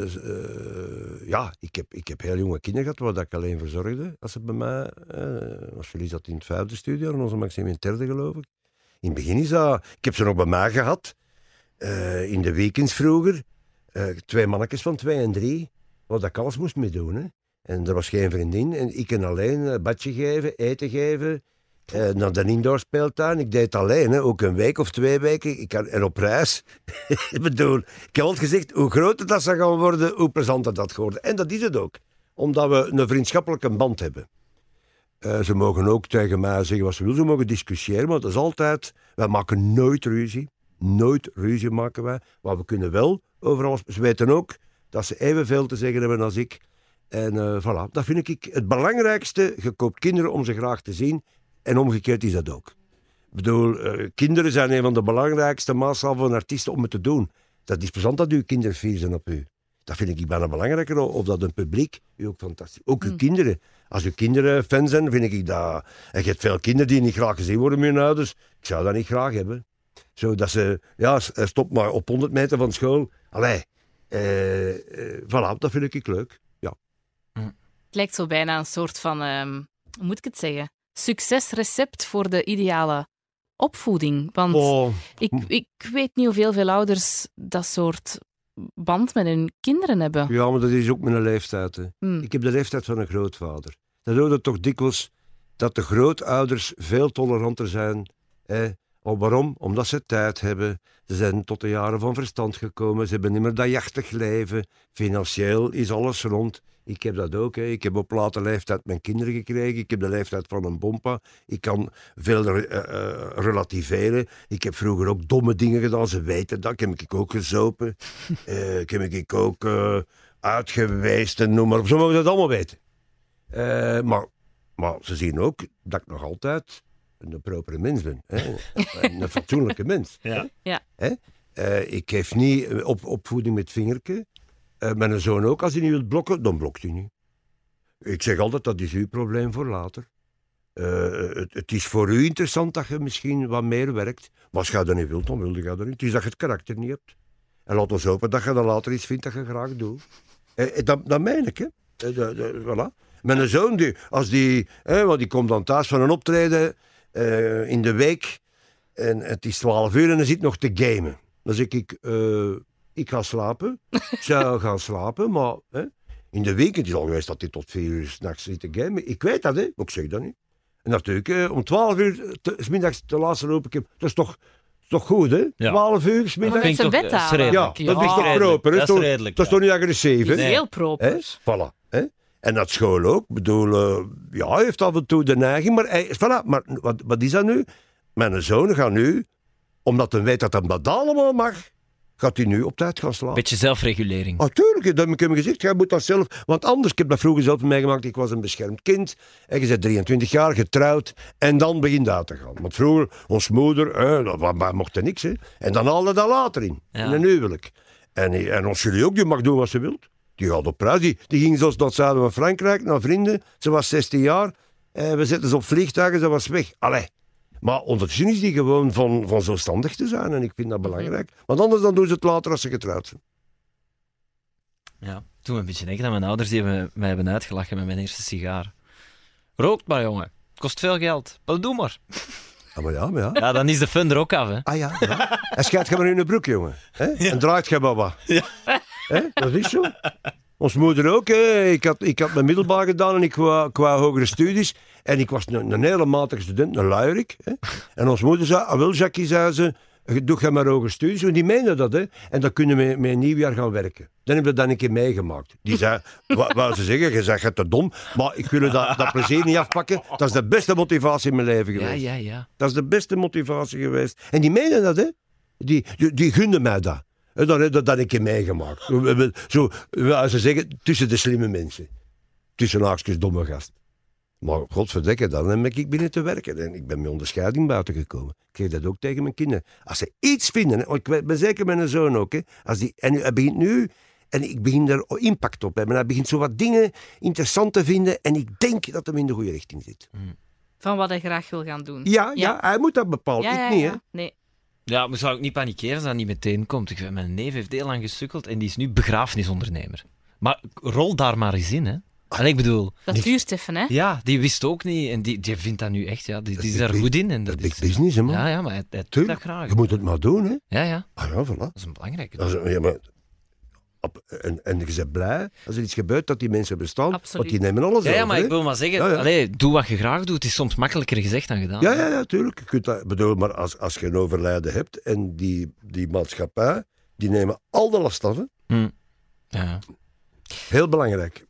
uh, ja, ik heb, ik heb heel jonge kinderen gehad waar ik alleen verzorgde. Als ze bij mij, uh, als jullie zat in het vijfde studie, en onze Maxime in het derde geloof ik. In het begin is dat, ik heb ze nog bij mij gehad, uh, in de weekends vroeger. Uh, twee mannetjes van twee en drie, waar ik alles moest mee doen. Hè. En er was geen vriendin en ik kon alleen een badje geven, eten geven. Uh, naar de indoorspeeltuin. Ik deed het alleen, hè. Ook een week of twee weken. Ik kan, en op reis. Ik bedoel, ik heb altijd gezegd, hoe groter dat ze gaan worden, hoe plezanter dat wordt. En dat is het ook. Omdat we een vriendschappelijke band hebben. Uh, ze mogen ook tegen mij zeggen wat ze willen. Ze mogen discussiëren, maar dat is altijd... Wij maken nooit ruzie. Nooit ruzie maken wij. Maar we kunnen wel over alles... Ze weten ook dat ze evenveel te zeggen hebben als ik. En uh, voilà, dat vind ik het belangrijkste. Je koopt kinderen om ze graag te zien. En omgekeerd is dat ook. Ik bedoel, uh, kinderen zijn een van de belangrijkste massaal van artiesten om het te doen. Dat is plezant dat uw kinderen fier zijn op u. Dat vind ik bijna belangrijker, of dat een publiek u ook fantastisch. Ook uw mm. kinderen. Als uw kinderen fan zijn, vind ik dat... En je hebt veel kinderen die niet graag gezien worden met hun ouders. Ik zou dat niet graag hebben. Zodat ze... Ja, stop maar op honderd meter van school. Allee. Uh, uh, voilà, dat vind ik leuk. Ja. Mm. Het lijkt zo bijna een soort van... Um, hoe moet ik het zeggen? Succesrecept voor de ideale opvoeding. Want oh. ik, ik weet niet hoeveel veel ouders dat soort band met hun kinderen hebben. Ja, maar dat is ook mijn leeftijd. Hè. Mm. Ik heb de leeftijd van een grootvader. Dat hoorde toch dikwijls dat de grootouders veel toleranter zijn. Hè. Oh, waarom? Omdat ze tijd hebben. Ze zijn tot de jaren van verstand gekomen. Ze hebben niet meer dat jachtig leven. Financieel is alles rond. Ik heb dat ook. Hè. Ik heb op late leeftijd mijn kinderen gekregen. Ik heb de leeftijd van een bompa. Ik kan veel uh, uh, relativeren. Ik heb vroeger ook domme dingen gedaan. Ze weten dat. Ik heb ik ook gezopen. uh, ik heb ik ook uh, uitgeweest en noem maar op. Zo mogen ze dat allemaal weten. Uh, maar, maar ze zien ook dat ik nog altijd een propere mens ben. Hè. Een fatsoenlijke mens. Ja. Ja. Hè. Uh, ik geef niet op, opvoeding met vingertje. Uh, mijn zoon ook, als hij niet wil blokken, dan blokt hij niet. Ik zeg altijd, dat is uw probleem voor later. Uh, het, het is voor u interessant dat je misschien wat meer werkt. Maar als je dat niet wilt, dan wil je dat niet. Het is dat je het karakter niet hebt. En laat ons hopen dat je dan later iets vindt dat je graag doet. Uh, dat, dat meen ik, hè. Uh, de, de, voilà. Mijn zoon, die, als die, uh, want die komt dan thuis van een optreden uh, in de week. En het is twaalf uur en hij zit nog te gamen. Dan zeg ik... Uh, Ik ga slapen. Ik zou gaan slapen, maar hè, in de week, het is al geweest dat hij tot vier uur s'nachts zit te gamen. Ik weet dat, hè, maar ik zeg dat niet. En natuurlijk, eh, om twaalf uur, te, 's middags te laatste loop ik hem. Dat is toch, is toch goed, hè? Ja. twaalf uur, 's Maar middags. met zijn toch- bed dat is halen. redelijk. Ja, dat is toch redelijk. proper, hè? Dat is Toch- redelijk, Dat is ja. toch niet agressief, Die hè? is heel Hè? proper. Voilà. Hè? En dat school ook. Ik bedoel, uh, ja, hij heeft af en toe de neiging, maar, hij, voilà, maar wat, wat is dat nu? Mijn zoon gaat nu, omdat hij weet dat hij dat allemaal mag, gaat hij nu op tijd gaan slapen. Beetje zelfregulering. Natuurlijk, dat heb ik hem gezegd. Jij moet dat zelf... Want anders, ik heb dat vroeger zelf meegemaakt. Ik was een beschermd kind. En je bent drieëntwintig jaar, getrouwd. En dan begint dat te gaan. Want vroeger, ons moeder, eh, dat, dat mocht er niks. Hè. En dan haalde dat later in. Ja. In een huwelijk. En, en ons jullie ook, die mag doen wat ze wil. Die gaat op reis. Die, die ging zelfs naar het zuiden van Frankrijk, naar vrienden. Ze was zestien jaar. En we zetten ze op vliegtuigen, ze was weg. Allee. Maar ondertussen is die gewoon van, van zelfstandig te zijn. En ik vind dat belangrijk. Want anders dan doen ze het later als ze getrouwd zijn. Ja. Toen een beetje denken aan mijn ouders die hebben, mij hebben uitgelachen met mijn eerste sigaar. Rookt maar, jongen. Kost veel geld. Wel, doe maar. Ah, maar ja, maar ja. Ja, dan is de fun er ook af, hè. Ah ja, ja. En schijt je maar in een broek, jongen. Hè? En draait je maar wat. Hè? Dat is zo. Ons moeder ook. Hè? Ik, had, ik had mijn middelbaar gedaan en ik wou, ik wou hogere studies. En ik was een, een hele matige student, een luierik. Hè? En ons moeder zei, ah wel, Jackie, zei ze, doe je maar hogere studies. Want die meende dat, hè. En dan kunnen we met een nieuwjaar gaan werken. Dan hebben we dat een keer meegemaakt. Die zei, wat wou ze zeggen, je zegt het te dom, maar ik wil dat, dat plezier niet afpakken. Dat is de beste motivatie in mijn leven Ja, geweest. ja, ja. Dat is de beste motivatie geweest. En die menen dat, hè. Die, die, die gunden mij dat. En dan heb ik dat een keer meegemaakt. Zo, ze zeggen, tussen de slimme mensen. Tussen haakjes domme gast. Maar godverdikke, dan heb ik binnen te werken. En ik ben met onderscheiding buiten gekomen. Ik zeg dat ook tegen mijn kinderen. Als ze iets vinden, hè, ik ben zeker met een zoon ook. Hè, als die, en hij begint nu, en ik begin er impact op hebben. Hij begint zo wat dingen interessant te vinden. En ik denk dat hij in de goede richting zit. Van wat hij graag wil gaan doen. Ja, ja. hij moet dat bepalen. ja, ja, Ik niet, hè. ja. Nee. Ja, maar zou ik niet panikeren als dat niet meteen komt? Ik, mijn neef heeft heel lang gesukkeld en die is nu begrafenisondernemer. Maar rol daar maar eens in, hè. Allee, ik bedoel... Dat duurt even, hè? Ja, die wist ook niet en die, die vindt dat nu echt, ja. Die, Dat die is is daar big- goed in. En Dat dat is is, big business, hè, man. Ja, ja, maar hij, hij doet Tuurlijk. dat graag. Je moet het maar doen, hè. Ja, ja, Ah ja, voilà. dat is een belangrijke. Dat is- ja, maar, op- en, en je bent blij als er iets gebeurt dat die mensen bestaan. Absoluut. Want die nemen alles Ja, ja, over, maar hè. ik wil maar zeggen, Ja, ja. Allee, doe wat je graag doet. Het is soms makkelijker gezegd dan gedaan. Ja, ja, ja, tuurlijk. Je kunt dat, bedoel, maar als, als je een overlijden hebt en die, die maatschappij, die nemen al de last af. Hè. Hm. Ja. Heel belangrijk.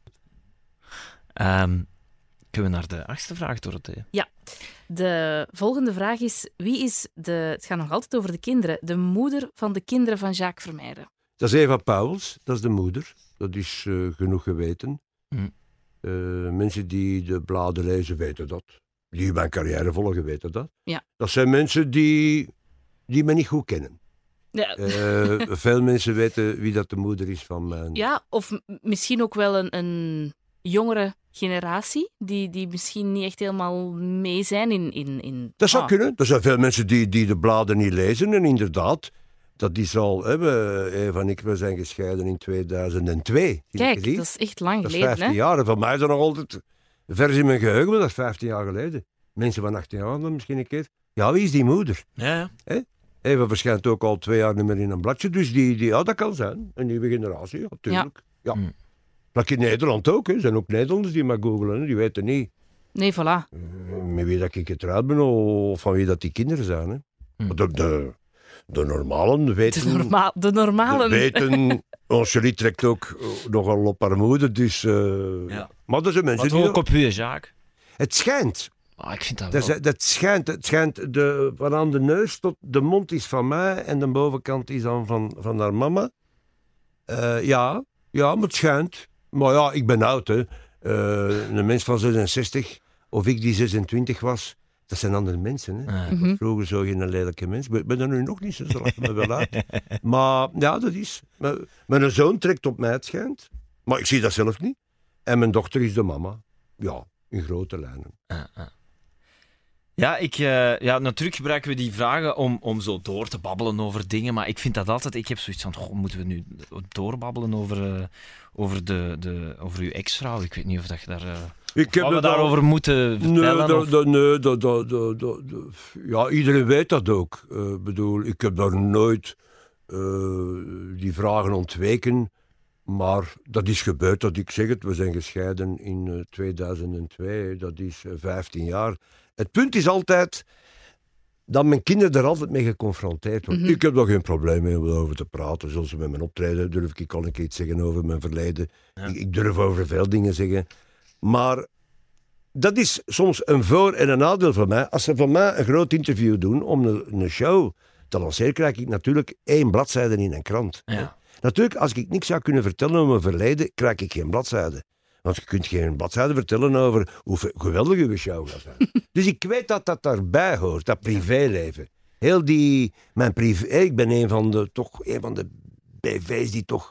Ehm, kunnen we naar de achtste vraag, Dorothee? De volgende vraag is, wie is de... Het gaat nog altijd over de kinderen. De moeder van de kinderen van Jacques Vermeijden. Dat is Eva Pauwels, dat is de moeder. Dat is eh, genoeg geweten. Hm. Eh, mensen die de bladen lezen weten dat. Die mijn carrière volgen weten dat. Ja. Dat zijn mensen die, die me niet goed kennen. Ja, Eh, veel mensen weten wie dat de moeder is van mijn... ja of m- misschien ook wel een, een jongere generatie, die, die misschien niet echt helemaal mee zijn in... in, in Dat zou ah, kunnen. Er zijn veel mensen die, die de bladen niet lezen. En inderdaad, dat is al... Hè, we, Eva en ik, we zijn gescheiden in tweeduizend twee. Kijk, dat is echt lang Dat is geleden, vijftien hè? jaar. En van mij is dat nog altijd vers in mijn geheugen, maar dat is vijftien jaar geleden. Mensen van achttien jaar dan misschien een keer. Ja, wie is die moeder? Ja, ja. Eva verschijnt ook al twee jaar niet meer in een bladje. Dus die, die, ja, dat kan zijn. Een nieuwe generatie, ja, natuurlijk. Ja. Mm. Dat in Nederland ook. Hè. Er zijn ook Nederlanders die maar googelen. Hè. Die weten niet Nee, voilà. met wie dat ik getrouwd ben of van wie dat die kinderen zijn. Hè. Mm. Maar De, de, de normalen weten... De, norma- de normalen. weten... Ons Julie trekt ook nogal op haar moeder, dus... Uh, Ja. Maar er zijn mensen Wat die... ook op u, Jacques? Het schijnt. Oh, ik vind dat Dat, wel... is- dat schijnt. Het schijnt de, van aan de neus tot de mond is van mij en de bovenkant is dan van, van haar mama. Uh, ja, ja, maar het schijnt. Maar ja, ik ben oud, hè. Uh, een mens van zesenzestig, of ik die zesentwintig was, dat zijn andere mensen, hè. Ah. Mhm. Vroeger zo geen lelijke mens. Ik ben er nu nog niet, zo ze lachen me wel uit. Maar ja, dat is... Mijn, mijn zoon trekt op mij, het schijnt. Maar ik zie dat zelf niet. En mijn dochter is de mama. Ja, in grote lijnen. Ah, ah. Ja, ik, uh, ja, natuurlijk gebruiken we die vragen om, om zo door te babbelen over dingen, maar ik vind dat altijd... Ik heb zoiets van, goh, moeten we nu doorbabbelen over, uh, over, de, de, over uw ex-vrouw? Ik weet niet of dat je daar... Uh, Ik heb wat we het daarover al... moeten vertellen. Nee, dat, of... dat, nee dat, dat, dat, dat, dat- ja, iedereen weet dat ook. Ik uh, bedoel, ik heb daar nooit uh, die vragen ontweken. Maar dat is gebeurd, dat ik zeg het. We zijn gescheiden in uh, tweeduizend twee, dat is uh, vijftien jaar. Het punt is altijd dat mijn kinderen er altijd mee geconfronteerd worden. Mhm. Ik heb daar geen probleem mee om over te praten. Zoals met mijn optreden durf ik, kan ik iets zeggen over mijn verleden. Ja. Ik, ik durf over veel dingen zeggen. Maar dat is soms een voor- en een nadeel van mij. Als ze van mij een groot interview doen om een, een show te lanceren, krijg ik natuurlijk één bladzijde in een krant. Ja. Natuurlijk, als ik niks zou kunnen vertellen over mijn verleden, krijg ik geen bladzijde. Want je kunt geen bladzijde vertellen over hoe geweldig uw show gaat zijn. Dus ik weet dat dat daarbij hoort, dat privéleven. Heel die, mijn privé, ik ben een van de, toch, een van de B V's die toch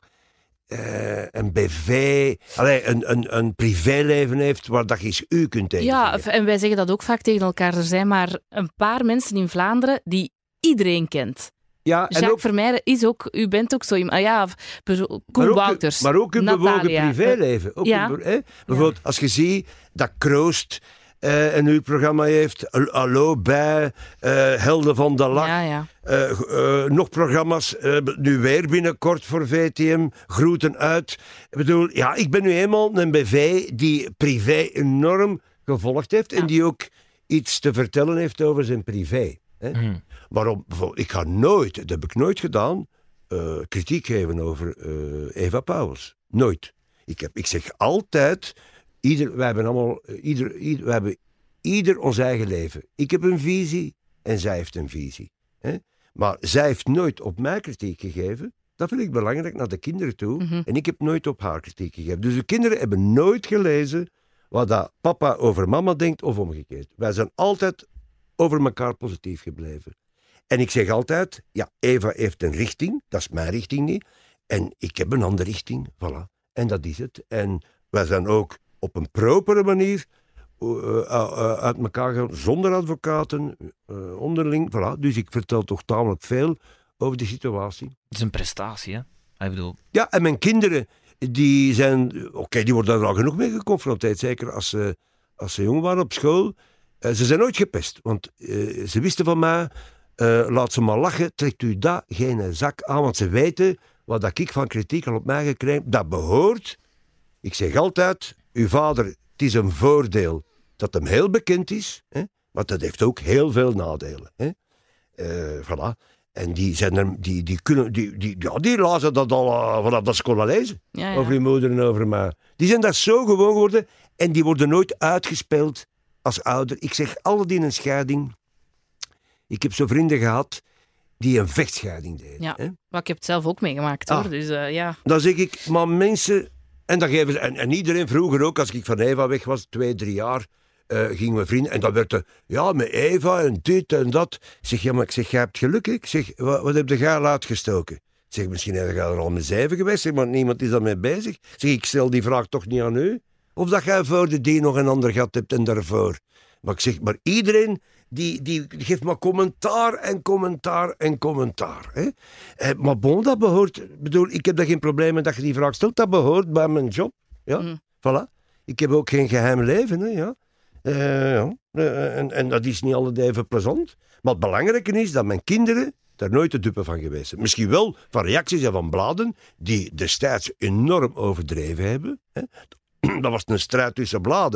uh, een B V, allee, een, een, een privéleven heeft waar dat je eens u kunt tegen Ja, zeggen. en wij zeggen dat ook vaak tegen elkaar. Er zijn maar een paar mensen in Vlaanderen die iedereen kent. Ja, en Jacques ook, Vermeijden is ook... U bent ook zo iemand... Ah ja, Koen maar ook, Wouters, maar ook een bewogen Natalia. privéleven. Ook Ja. een, hè? Bijvoorbeeld, als je ziet dat Kroost uh, een uur programma heeft, Al- Allo bij, uh, Helden van de Lach, Ja, ja. uh, uh, nog programma's, uh, nu weer binnenkort voor V T M, Groeten uit. Ik bedoel, ja, ik ben nu eenmaal een B V die privé enorm gevolgd heeft Ja. en die ook iets te vertellen heeft over zijn privé. Hè? Mm. Waarom? Bijvoorbeeld, ik ga nooit, dat heb ik nooit gedaan, uh, kritiek geven over uh, Eva Pauwels. Nooit. Ik, heb, ik zeg altijd, ieder, wij hebben allemaal, uh, ieder, ieder, wij hebben ieder ons eigen leven. Ik heb een visie en zij heeft een visie. Hè? Maar zij heeft nooit op mij kritiek gegeven. Dat vind ik belangrijk naar de kinderen toe. Mhm. En ik heb nooit op haar kritiek gegeven. Dus de kinderen hebben nooit gelezen wat dat papa over mama denkt of omgekeerd. Wij zijn altijd over elkaar positief gebleven. En ik zeg altijd, ja, Eva heeft een richting, dat is mijn richting niet. En ik heb een andere richting, voilà. En dat is het. En wij zijn ook op een propere manier uh, uh, uh, uit elkaar gegaan, zonder advocaten, uh, onderling, voilà. Dus ik vertel toch tamelijk veel over de situatie. Het is een prestatie, hè? Ik bedoel... Ja, en mijn kinderen, die zijn, oké, okay, die worden er al genoeg mee geconfronteerd, zeker als ze, als ze jong waren op school. Uh, ze zijn nooit gepest, want uh, ze wisten van mij, uh, laat ze maar lachen, trekt u dat geen zak aan, want ze weten wat dat ik van kritiek al op mij gekregen heb, dat behoort. Ik zeg altijd, uw vader, het is een voordeel dat hem heel bekend is, hè, maar dat heeft ook heel veel nadelen. Hè. Uh, voilà. En die, zijn er, die, die, kunnen, die, die, ja, die lazen dat al uh, vanaf dat ze konden lezen. Ja, ja. Over uw moeder en over mij. Die zijn daar zo gewoon geworden en die worden nooit uitgespeeld als ouder. Ik zeg, alle die een scheiding... Ik heb zo vrienden gehad die een vechtscheiding deden. Ja. Hè? Maar ik heb het zelf ook meegemaakt, hoor. Ah. Dus uh, ja. Dan zeg ik, maar mensen... En, dan geven ze, en, en iedereen vroeger ook, als ik van Eva weg was, twee, drie jaar, uh, gingen we vrienden. En dan werd er, ja, met Eva en dit en dat. Ik zeg, ja, maar ik zeg, jij hebt geluk, hè? Ik zeg, wat, wat heb jij uitgestoken? Ik zeg, misschien heb jij er al met zeven geweest, zeg, maar niemand is daarmee bezig. Ik zeg, ik stel die vraag toch niet aan u? Of dat jij voor de die nog een ander gehad hebt en daarvoor. Maar ik zeg, maar iedereen... Die, die geeft maar commentaar en commentaar en commentaar. Hè? Eh, maar bon, dat behoort... bedoel, ik heb daar geen probleem met dat je die vraag stelt. Dat behoort bij mijn job. Ja, Mm. voilà. Ik heb ook geen geheim leven. Hè, ja. Uh, ja. Uh, en, en dat is niet altijd even plezant. Maar het belangrijke is dat mijn kinderen daar nooit de dupe van geweest zijn. Misschien wel van reacties en van bladen die destijds enorm overdreven hebben. Hè. Dat was een strijd tussen bladen. Hè.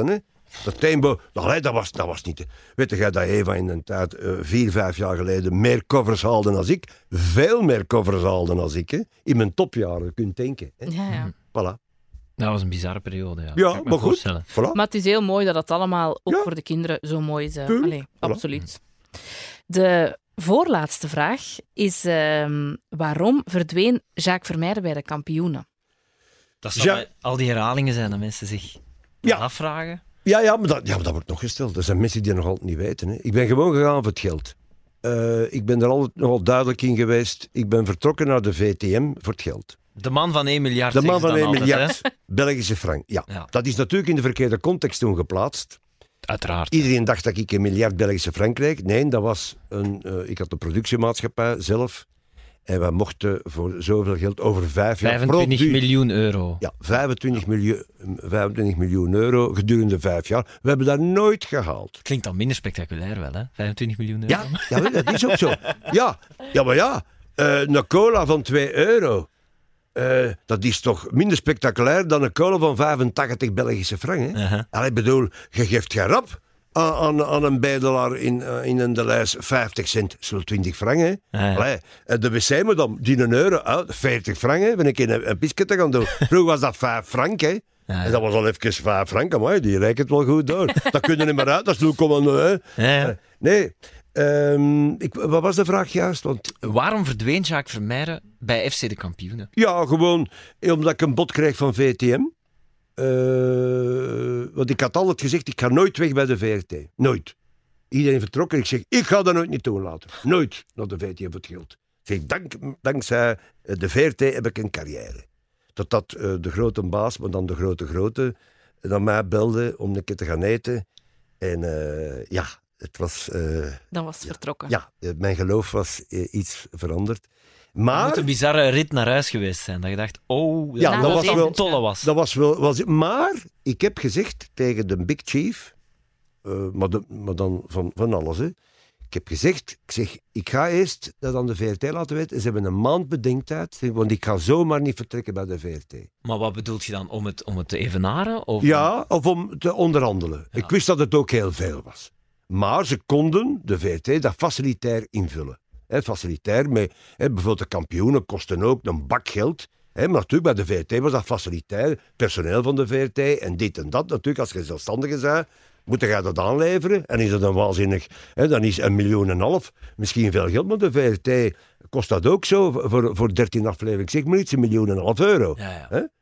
Dat tempo, allee, dat, was, dat was niet... Weet jij dat Eva in een tijd, uh, vier, vijf jaar geleden, meer covers haalde dan ik? Veel meer covers haalde dan ik, hè? In mijn topjaren, je kunt denken. Hè? Ja, ja. Voilà. Dat was een bizarre periode, ja. Ja, Kan ik me maar goed. voorstellen. Voilà. Maar het is heel mooi dat het allemaal ook Ja. voor de kinderen zo mooi is. Uh, Tuurlijk. allee, Voilà. absoluut. De voorlaatste vraag is uh, waarom verdween Jacques Vermeijden bij de kampioenen? Dat zal Ja. bij al die herhalingen zijn dat mensen zich Ja. afvragen. Ja, ja, maar dat, ja, maar dat wordt nog gesteld. Er zijn mensen die dat nog altijd niet weten. Hè. Ik ben gewoon gegaan voor het geld. Uh, ik ben er altijd nogal duidelijk in geweest. Ik ben vertrokken naar de V T M voor het geld. De man van één miljard. De man zeggen van ze dan één altijd, miljard Belgische frank. Ja. Ja. Dat is natuurlijk in de verkeerde context toen geplaatst. hè? Uiteraard. Iedereen dacht dat ik een miljard Belgische frank kreeg. Nee, dat was een, uh, ik had een productiemaatschappij zelf. En we mochten voor zoveel geld over vijf jaar... vijfentwintig produ- miljoen euro. Ja, vijfentwintig miljoen, vijfentwintig miljoen euro gedurende vijf jaar. We hebben dat nooit gehaald. Klinkt dan minder spectaculair wel, hè? vijfentwintig miljoen euro. Ja, ja dat is ook zo. Ja, ja maar ja, uh, een cola van twee euro. Uh, dat is toch minder spectaculair dan een cola van vijfentachtig Belgische frank. Hè? Uh-huh. Allee, ik bedoel, je geeft geen rap aan, aan, aan een bedelaar in, uh, in een Delijs vijftig cent, zo'n twintig frank. Hè? ja. Allee, uh, de wc moet dan die een euro uit, veertig frank. Hè? Ben ik in een, een pisket te gaan doen. Vroeger was dat vijf frank. Hè? Ja, ja. En dat was al even vijf frank, maar die reikt het wel goed door. Dat kun je niet meer uit, dat is nul komma nul. Hè? Ja, ja. Nee, um, ik, wat was de vraag juist? Want, Waarom verdween Jacques Vermeijden bij F C de Kampioenen? ja, gewoon omdat ik een bod kreeg van V T M. Uh, want ik had altijd gezegd, ik ga nooit weg bij de V R T. Nooit. Iedereen vertrokken. Ik zeg, ik ga dat nooit niet toelaten. Nooit naar de V T M voor het geld. Ik zeg, dank, dankzij de V R T heb ik een carrière. Totdat uh, de grote baas, maar dan de grote grote, naar mij belde om een keer te gaan eten. En uh, ja, het was... Uh, Dan was het vertrokken. Ja, uh, mijn geloof was uh, iets veranderd. Het Maar... moet een bizarre rit naar huis geweest zijn. Dat je dacht, oh, Ja, dat, dat was was wel wel- tolle was. Dat was wel, was, maar ik heb gezegd tegen de Big Chief, uh, maar, de, maar dan van, van alles. Hè. Ik heb gezegd, ik zeg, ik ga eerst dat aan de V R T laten weten. Ze hebben een maand bedenktijd, want ik ga zomaar niet vertrekken bij de V R T. Maar wat bedoelt je dan? Om het, om het te evenaren? Of Ja, of om te onderhandelen. Ja. Ik wist dat het ook heel veel was. Maar ze konden, de V R T, dat facilitair invullen. He, facilitair, met, he, bijvoorbeeld de kampioenen kosten ook een bak geld. He, maar natuurlijk, bij de V R T was dat facilitair, personeel van de V R T en dit en dat. Natuurlijk, als je zelfstandige bent, moet je dat aanleveren. En is dat dan waanzinnig, he, dan is een miljoen en een half misschien veel geld. Maar de V R T kost dat ook zo voor, voor dertien afleveringen. Ik zeg maar iets, een miljoen en een half euro. Ja, ja. Hè?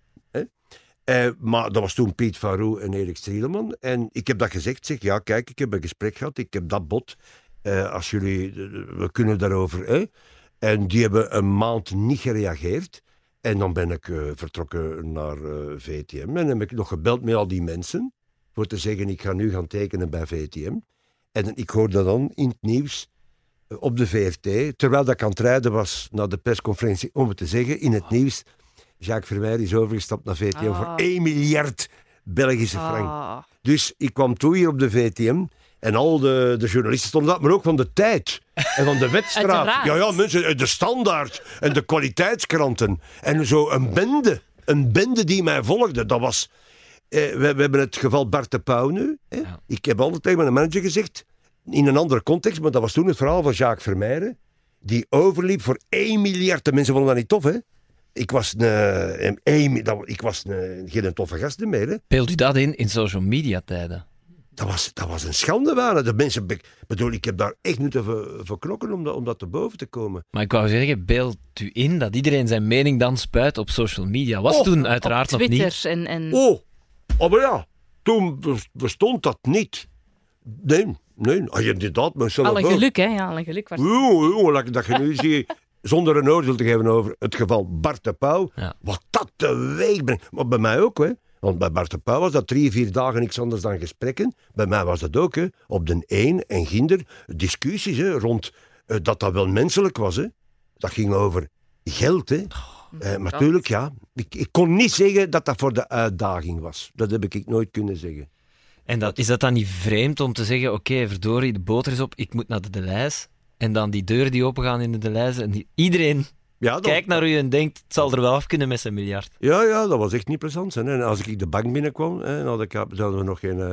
Eh, maar dat was toen Piet Varou en Erik Strieleman. En ik heb dat gezegd. Zeg, ja, kijk, ik heb een gesprek gehad. Ik heb dat bod. Eh, als jullie... We kunnen daarover... Hè? En die hebben een maand niet gereageerd. En dan ben ik uh, vertrokken naar uh, V T M. En dan heb ik nog gebeld met al die mensen. Voor te zeggen, ik ga nu gaan tekenen bij V T M. En ik hoorde dan in het nieuws uh, op de V R T. Terwijl dat ik aan het rijden was naar de persconferentie. Om het te zeggen, in het nieuws... Jacques Vermeijden is overgestapt naar V T M Ah. voor één miljard Belgische frank. Ah. Dus ik kwam toe hier op de V T M en al de, de journalisten stonden dat, maar ook van de Tijd en van de Wedstraat. Uiteraard. Ja, ja, mensen, de Standaard en de kwaliteitskranten. En zo een bende, een bende die mij volgde. Dat was... Eh, we, we hebben het geval Bart de Pauw nu. Hè. Ja. Ik heb altijd tegen mijn manager gezegd, in een andere context, maar dat was toen het verhaal van Jacques Vermeijden, die overliep voor één miljard. De mensen vonden dat niet tof, hè? Ik was, een, een, een, dat, ik was een, geen toffe gast meer. Hè. Beeld u dat in in social media tijden? Dat, was, dat was een schande. Waren. De mensen, be- bedoel, ik heb daar echt moeten voor, voor knokken om, dat, om dat te boven te komen. Maar ik wou zeggen, beeld u in dat iedereen zijn mening dan spuit op social media. Was Oh, toen Op uiteraard nog niet. Twitter en... en... Oh, oh, maar ja, toen bestond dat niet. Nee, nee, als je inderdaad maar zelf Al een ook- geluk, hè? Ja, al een geluk. Was... Jongen, jongen, dat- dat je nu ziet, zonder een oordeel te geven over het geval Bart de Pauw, Ja. wat dat teweeg brengt. Maar bij mij ook, hè. Want bij Bart de Pauw was dat drie, vier dagen niks anders dan gesprekken. Bij mij was dat ook, hè. Op de een en ginder discussies, hè, rond uh, dat dat wel menselijk was, hè. Dat ging over geld, hè. Uh, maar natuurlijk, ja. Ik, ik kon niet zeggen dat dat voor de uitdaging was. Dat heb ik nooit kunnen zeggen. En dat, is dat dan niet vreemd om te zeggen, oké, okay, verdorie, de boter is op, ik moet naar de Delijs. En dan die deuren die opengaan in de Delijs en die, iedereen Ja, dat, kijkt naar u en denkt, het zal er wel af kunnen met zijn miljard. Ja, ja, dat was echt niet plezant. Hè. En als ik de bank binnenkwam, hè, dan had ik, hadden we nog geen, uh,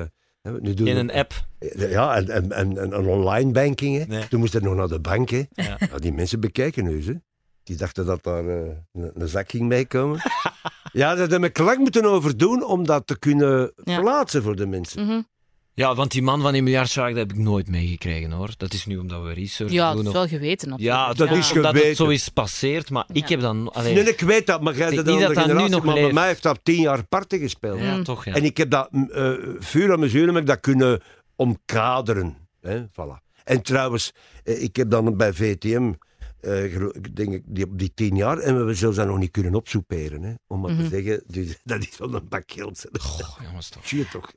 Nu doen In we- een app. Ja, en, en, en, en een online banking. Hè. Nee. Toen moest er nog naar de bank. Hè. Ja. Ja, die mensen bekijken nu. Hè. Die dachten dat daar uh, een, een zak ging meekomen. Ja, daar hebben we lang moeten over doen om dat te kunnen Ja. plaatsen voor de mensen. Mhm. Ja, want die man van die miljardzaak, dat heb ik nooit meegekregen, hoor. Dat is nu omdat we research Ja, doen. dat is of- wel geweten natuurlijk. Ja, dat dat is is omdat geweten. het zo is passeerd, maar ik Ja. heb dan... Allee, Nee, ik weet dat, maar jij Ik bent denk een niet andere dat dat nu generatie. nog Maar bij leeft. mij heeft dat tien jaar parten gespeeld. ja, Mm. toch, ja. En ik heb dat, uh, vuur aan mijn zuur, heb ik dat kunnen omkaderen. Hè? Voilà. En trouwens, eh, ik heb dan bij V T M, eh, gelo- ik denk ik, die, op die tien jaar, en we hebben zelfs dat nog niet kunnen opsoeperen. Hè? Om maar Mhm. te zeggen, dus, dat is wel een bak geld. Goh, jongens, toch. Zie je toch?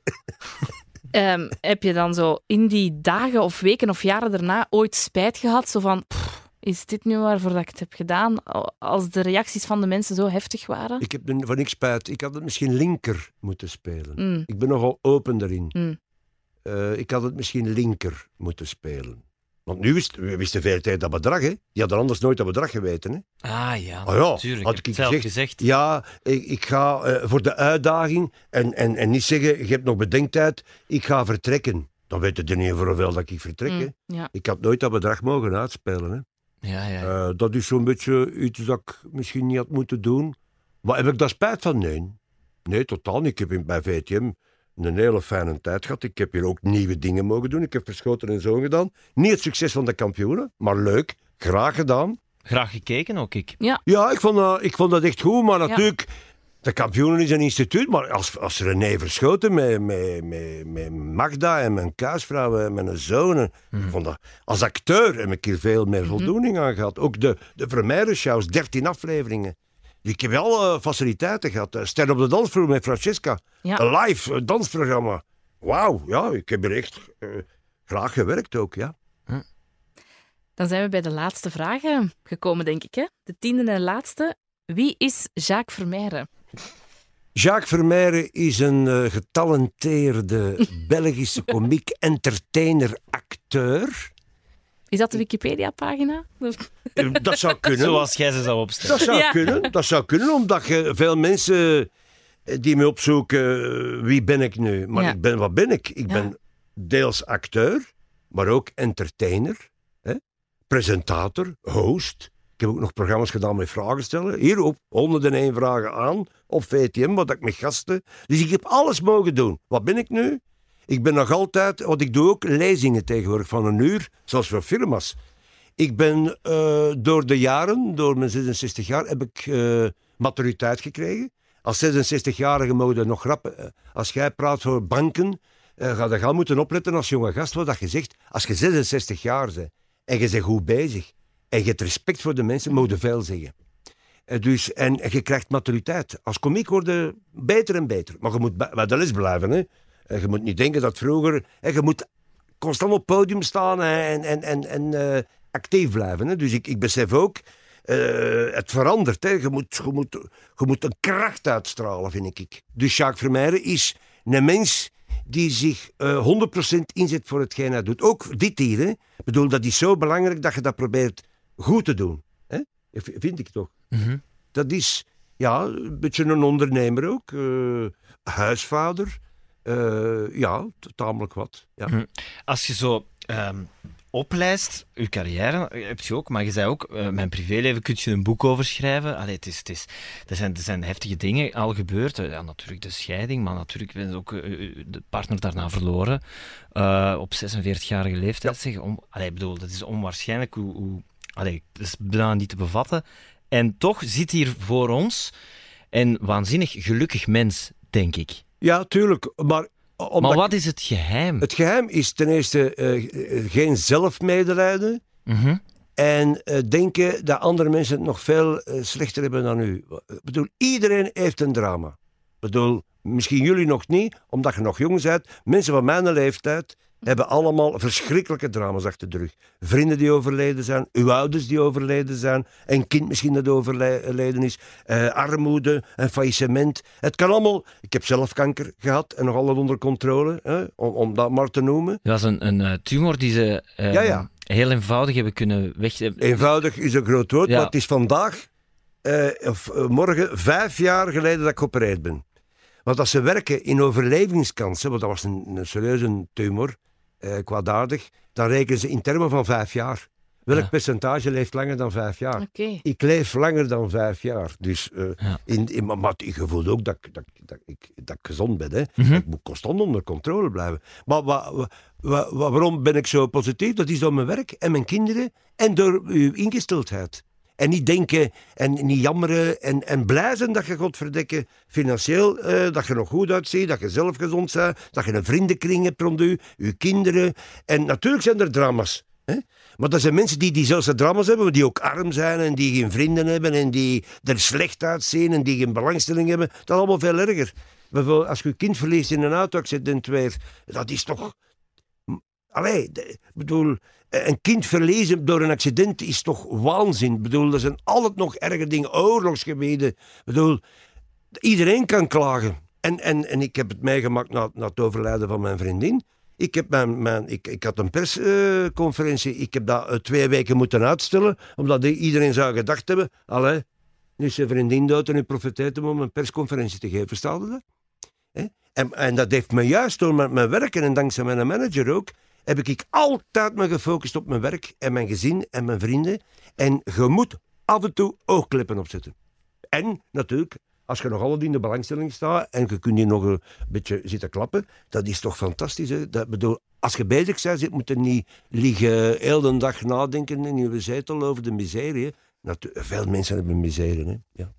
Ehm, heb je dan zo in die dagen of weken of jaren daarna ooit spijt gehad? Zo van, pff, is dit nu waarvoor dat ik het heb gedaan? Als de reacties van de mensen zo heftig waren? Ik heb er van niks spijt. Ik had het misschien linker moeten spelen. Mm, Ik ben nogal open daarin. mm. Eh, ik had het misschien linker moeten spelen. Want nu wist, we wisten veel tijd dat bedrag, hè. Die hadden anders nooit dat bedrag geweten, hè. Ah ja, Oh ja, natuurlijk. had Ik ik heb het zelf gezegd. gezegd. Ja, ik, ik ga eh, voor de uitdaging en, en, en niet zeggen, je hebt nog bedenktijd, ik ga vertrekken. Dan weet je niet voor hoeveel dat ik vertrek, hè. Mm, ja. Ik had nooit dat bedrag mogen uitspelen, hè. Ja, ja. Eh, dat is zo'n beetje iets dat ik misschien niet had moeten doen. Maar heb ik daar spijt van? Nee. Nee, totaal niet. Ik heb in- bij V T M een hele fijne tijd gehad. Ik heb hier ook nieuwe dingen mogen doen. Ik heb Verschoten en Zoon gedaan. Niet het succes van de kampioenen, maar leuk. Graag gedaan. Graag gekeken ook, ik. Ja, ik vond dat, ik vond dat echt goed. Maar natuurlijk, de kampioenen is een instituut. Maar als, als René Verschoten met, met, met, met Magda en mijn kuisvrouw en mijn zoon. en Mhm. ik vond dat, als acteur heb ik hier veel meer voldoening aan gehad. Ook de, de Vermeijden-shows, dertien afleveringen. Ik heb alle faciliteiten gehad. Eh, Ster op de dansvloer met Francesca. Ja. Een live eh, dansprogramma. Wauw, ja, ik heb er echt eh, graag gewerkt ook, ja. Dan zijn we bij de laatste vragen gekomen, denk ik. Hè? De tiende en laatste. Wie is Jacques Vermeijden? Jacques Vermeijden is een eh, getalenteerde Belgische komiek, entertainer, acteur. Is dat de Wikipedia-pagina? Eh, Dat zou kunnen. Zoals jij ze zou opstellen. Dat zou Ja. kunnen. Dat zou kunnen, omdat je veel mensen eh, die me opzoeken, eh, wie ben ik nu? Maar Ja. ik ben, wat ben ik? Ik Ja. ben deels acteur, maar ook entertainer, hè? Presentator, host. Ik heb ook nog programma's gedaan met vragen stellen. Hier op honderden en één vragen aan op V T M, wat ik met gasten. Dus ik heb alles mogen doen. Wat ben ik nu? Ik ben nog altijd, want ik doe ook lezingen tegenwoordig van een uur, zoals voor firma's. Ik ben eh, door de jaren, door mijn zesenzestig jaar, heb ik eh, maturiteit gekregen. Als zesenzestig-jarige mogen we nog grappen. eh, Als jij praat voor banken, eh, ga je gaan moeten opletten als jonge gast wat dat je zegt. Als je zesenzestig jaar bent en je bent goed bezig en je hebt respect voor de mensen, moet je veel zeggen. Eh, dus, en, en je krijgt maturiteit. Als komiek word je beter en beter. Maar je moet bij bij de les blijven. Hè. Eh, Je moet niet denken dat vroeger... eh, Je moet constant op het podium staan en, en, en, en eh, actief blijven. Hè. Dus ik, ik besef ook, eh, het verandert. Hè. Je, moet, je, moet, je moet een kracht uitstralen, vind ik. Dus Jacques Vermeijden is een mens die zich eh, honderd procent inzet voor hetgeen hij doet. Ook dit hier. Hè. Ik bedoel, dat is zo belangrijk dat je dat probeert goed te doen. Hè. V- Vind ik toch. Mhm. Dat is ja, een beetje een ondernemer ook. eh, huisvader. Eh, ja, t- tamelijk wat. Ja. Hm. Als je zo ehm, oplijst, je carrière eh, heb je ook, maar je zei ook, eh, mijn privéleven kun je een boek over schrijven. Allee, het is, het is, er, zijn, er zijn heftige dingen al gebeurd. Eh, Ja, natuurlijk de scheiding, maar natuurlijk ben je ook eh, de partner daarna verloren. eh, op zesenveertigjarige leeftijd. Zeg, om, allee, ik bedoel, dat is onwaarschijnlijk hoe... hoe allee, dat is bijna niet te bevatten. En toch zit hier voor ons een waanzinnig gelukkig mens, denk ik. ja, tuurlijk. Maar, omdat Maar wat is het geheim? het geheim is ten eerste eh, geen zelfmedelijden. Mhm. En eh, denken dat andere mensen het nog veel eh, slechter hebben dan u. Ik bedoel, iedereen heeft een drama. Ik bedoel, misschien jullie nog niet, omdat je nog jong bent. Mensen van mijn leeftijd hebben allemaal verschrikkelijke drama's achter de rug. Vrienden die overleden zijn, uw ouders die overleden zijn, een kind misschien dat overleden is, eh, armoede, een faillissement. Het kan allemaal... Ik heb zelf kanker gehad en nog altijd onder controle, hè, om, om dat maar te noemen. Het was een, een eh, tumor die ze eh, Ja, ja. heel eenvoudig hebben kunnen weg... Eenvoudig is een groot woord, Ja. maar het is vandaag, eh, of eh, morgen, vijf jaar geleden dat ik geopereerd ben. Want als ze werken in overlevingskansen, want dat was een, een serieuze tumor, eh, kwaadaardig, dan rekenen ze in termen van vijf jaar. Welk Ja. percentage leeft langer dan vijf jaar? Oké. Ik leef langer dan vijf jaar. Dus uh, Ja. in, in, maar, maar ik gevoel ook dat, dat, dat, ik, dat ik gezond ben. Hè. Mhm. Ik moet constant onder controle blijven. Maar wa, wa, wa, wa- waarom ben ik zo positief? Dat is door mijn werk en mijn kinderen en door uw ingesteldheid. En niet denken en niet jammeren en, en blij zijn dat je, godverdikke, financieel, uh, dat je nog goed uitziet, dat je zelf gezond bent, dat je een vriendenkring hebt rond u, uw kinderen. En natuurlijk zijn er drama's. Hè? Maar dat zijn mensen die diezelfde drama's hebben, die ook arm zijn en die geen vrienden hebben en die er slecht uitzien en die geen belangstelling hebben. Dat is allemaal veel erger. Bijvoorbeeld, als je je kind verliest in een auto-accident weer, dat is toch... Allee, ik bedoel, een kind verliezen door een accident is toch waanzin. Ik bedoel, er zijn altijd nog erger dingen, oorlogsgebieden. Ik bedoel, iedereen kan klagen. En, en, en ik heb het meegemaakt na, na het overlijden van mijn vriendin. Ik, heb mijn, mijn, ik, ik had een persconferentie, uh, ik heb dat uh, twee weken moeten uitstellen, omdat iedereen zou gedacht hebben, allee, nu is je vriendin dood en u profiteert hem om een persconferentie te geven. Verstaat u dat? He? En, en dat heeft me juist door mijn, mijn werken en dankzij mijn manager ook, heb ik altijd me gefocust op mijn werk en mijn gezin en mijn vrienden. En je moet af en toe oogkleppen opzetten. En natuurlijk, als je nog altijd in de belangstelling staat en je kunt hier nog een beetje zitten klappen, dat is toch fantastisch. Hè? Dat bedoel, als je bezig bent, moet je niet liggen heel de dag nadenken in je zetel over de miserie. Natu- veel mensen hebben miserie. Hè? Ja.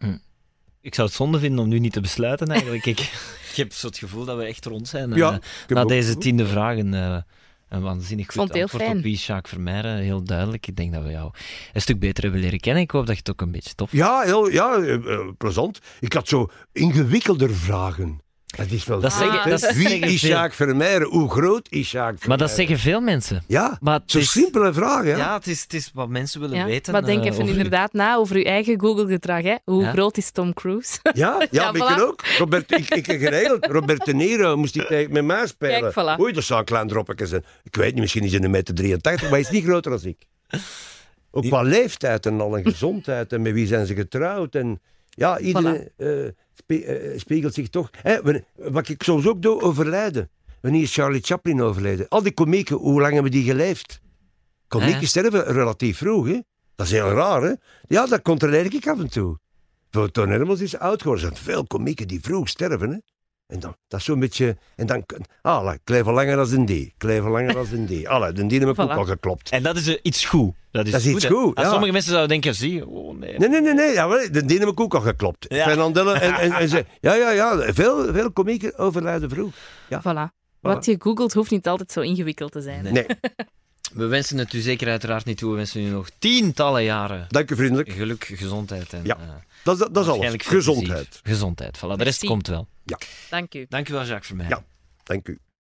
Ik zou het zonde vinden om nu niet te besluiten eigenlijk. Ik, ik heb zo het gevoel dat we echt rond zijn. Ja, Uh, ik heb na ook- deze tiende vragen uh, een waanzinnig goed vond het heel antwoord fijn. op wie is Jacques Vermeijren. Heel duidelijk. Ik denk dat we jou een stuk beter hebben leren kennen. Ik hoop dat je het ook een beetje tof Ja, heel, ja eh, eh, plezant. Ik had zo ingewikkelder vragen. Dat is wel Dat fijn, zeggen- hè? dat Wie zeggen is veel. Jacques Vermeijren? Hoe groot is Jacques Vermeijren? Maar dat zeggen veel mensen. Ja, Maar het zo is- simpele vragen. Ja. Ja, het is, het is wat mensen willen Ja, weten. maar denk uh, even over u. inderdaad na over uw eigen Google-gedrag. Hè? Hoe Ja. groot is Tom Cruise? Ja, ja, Ja, maar ik voilà. ook. Robert, ik, ik heb geregeld. Robert De Niro moest ik tegen- met mij spelen. Kijk, voilà. Oei, dat zou een klein droppetje zijn. Ik weet niet, misschien is hij een meter drieëntachtig, maar hij is niet groter dan ik. Ook qua leeftijd en al en gezondheid en met wie zijn ze getrouwd. En ja, iedereen eh, spe- eh, spiegelt zich toch. Hè, wanneer- wat ik soms ook doe, overlijden. Wanneer is Charlie Chaplin overleden? Al die komieken, hoe lang hebben die geleefd? Komieken Ja. sterven relatief vroeg, hè? Dat is heel raar, hè? Ja, dat controleer ik af en toe. Voor Toon Hermans is oud geworden. Er zijn veel komieken die vroeg sterven, hè? En dan, dat is zo'n beetje... En dan... Ah, ik leef al langer dan een die. Ik leef al langer dan een die. Allee, de die heb ik ook Voilà. al geklopt. En dat is uh, iets goed. Dat is, Dat is iets hè. goed, Als ja. sommige mensen zouden denken, zie, oh nee. Nee, nee, nee, nee. Ja, wel, de die heb ik ook al geklopt. Ja. Fernandelle en, en, en ze... Ja, ja, ja. Veel, veel komieken overlijden vroeg. Ja. Voilà. Wat je googelt hoeft niet altijd zo ingewikkeld te zijn. Nee, We wensen het u zeker uiteraard niet toe. We wensen u nog tientallen jaren dank u vriendelijk. geluk, gezondheid en Ja. uh, Dat, is- dat is alles. waarschijnlijk veel Gezondheid. plezier. Gezondheid, voilà. De rest Merci. komt wel. Dank u. Dank u wel, Jacques Vermeijren. Ja, dank u.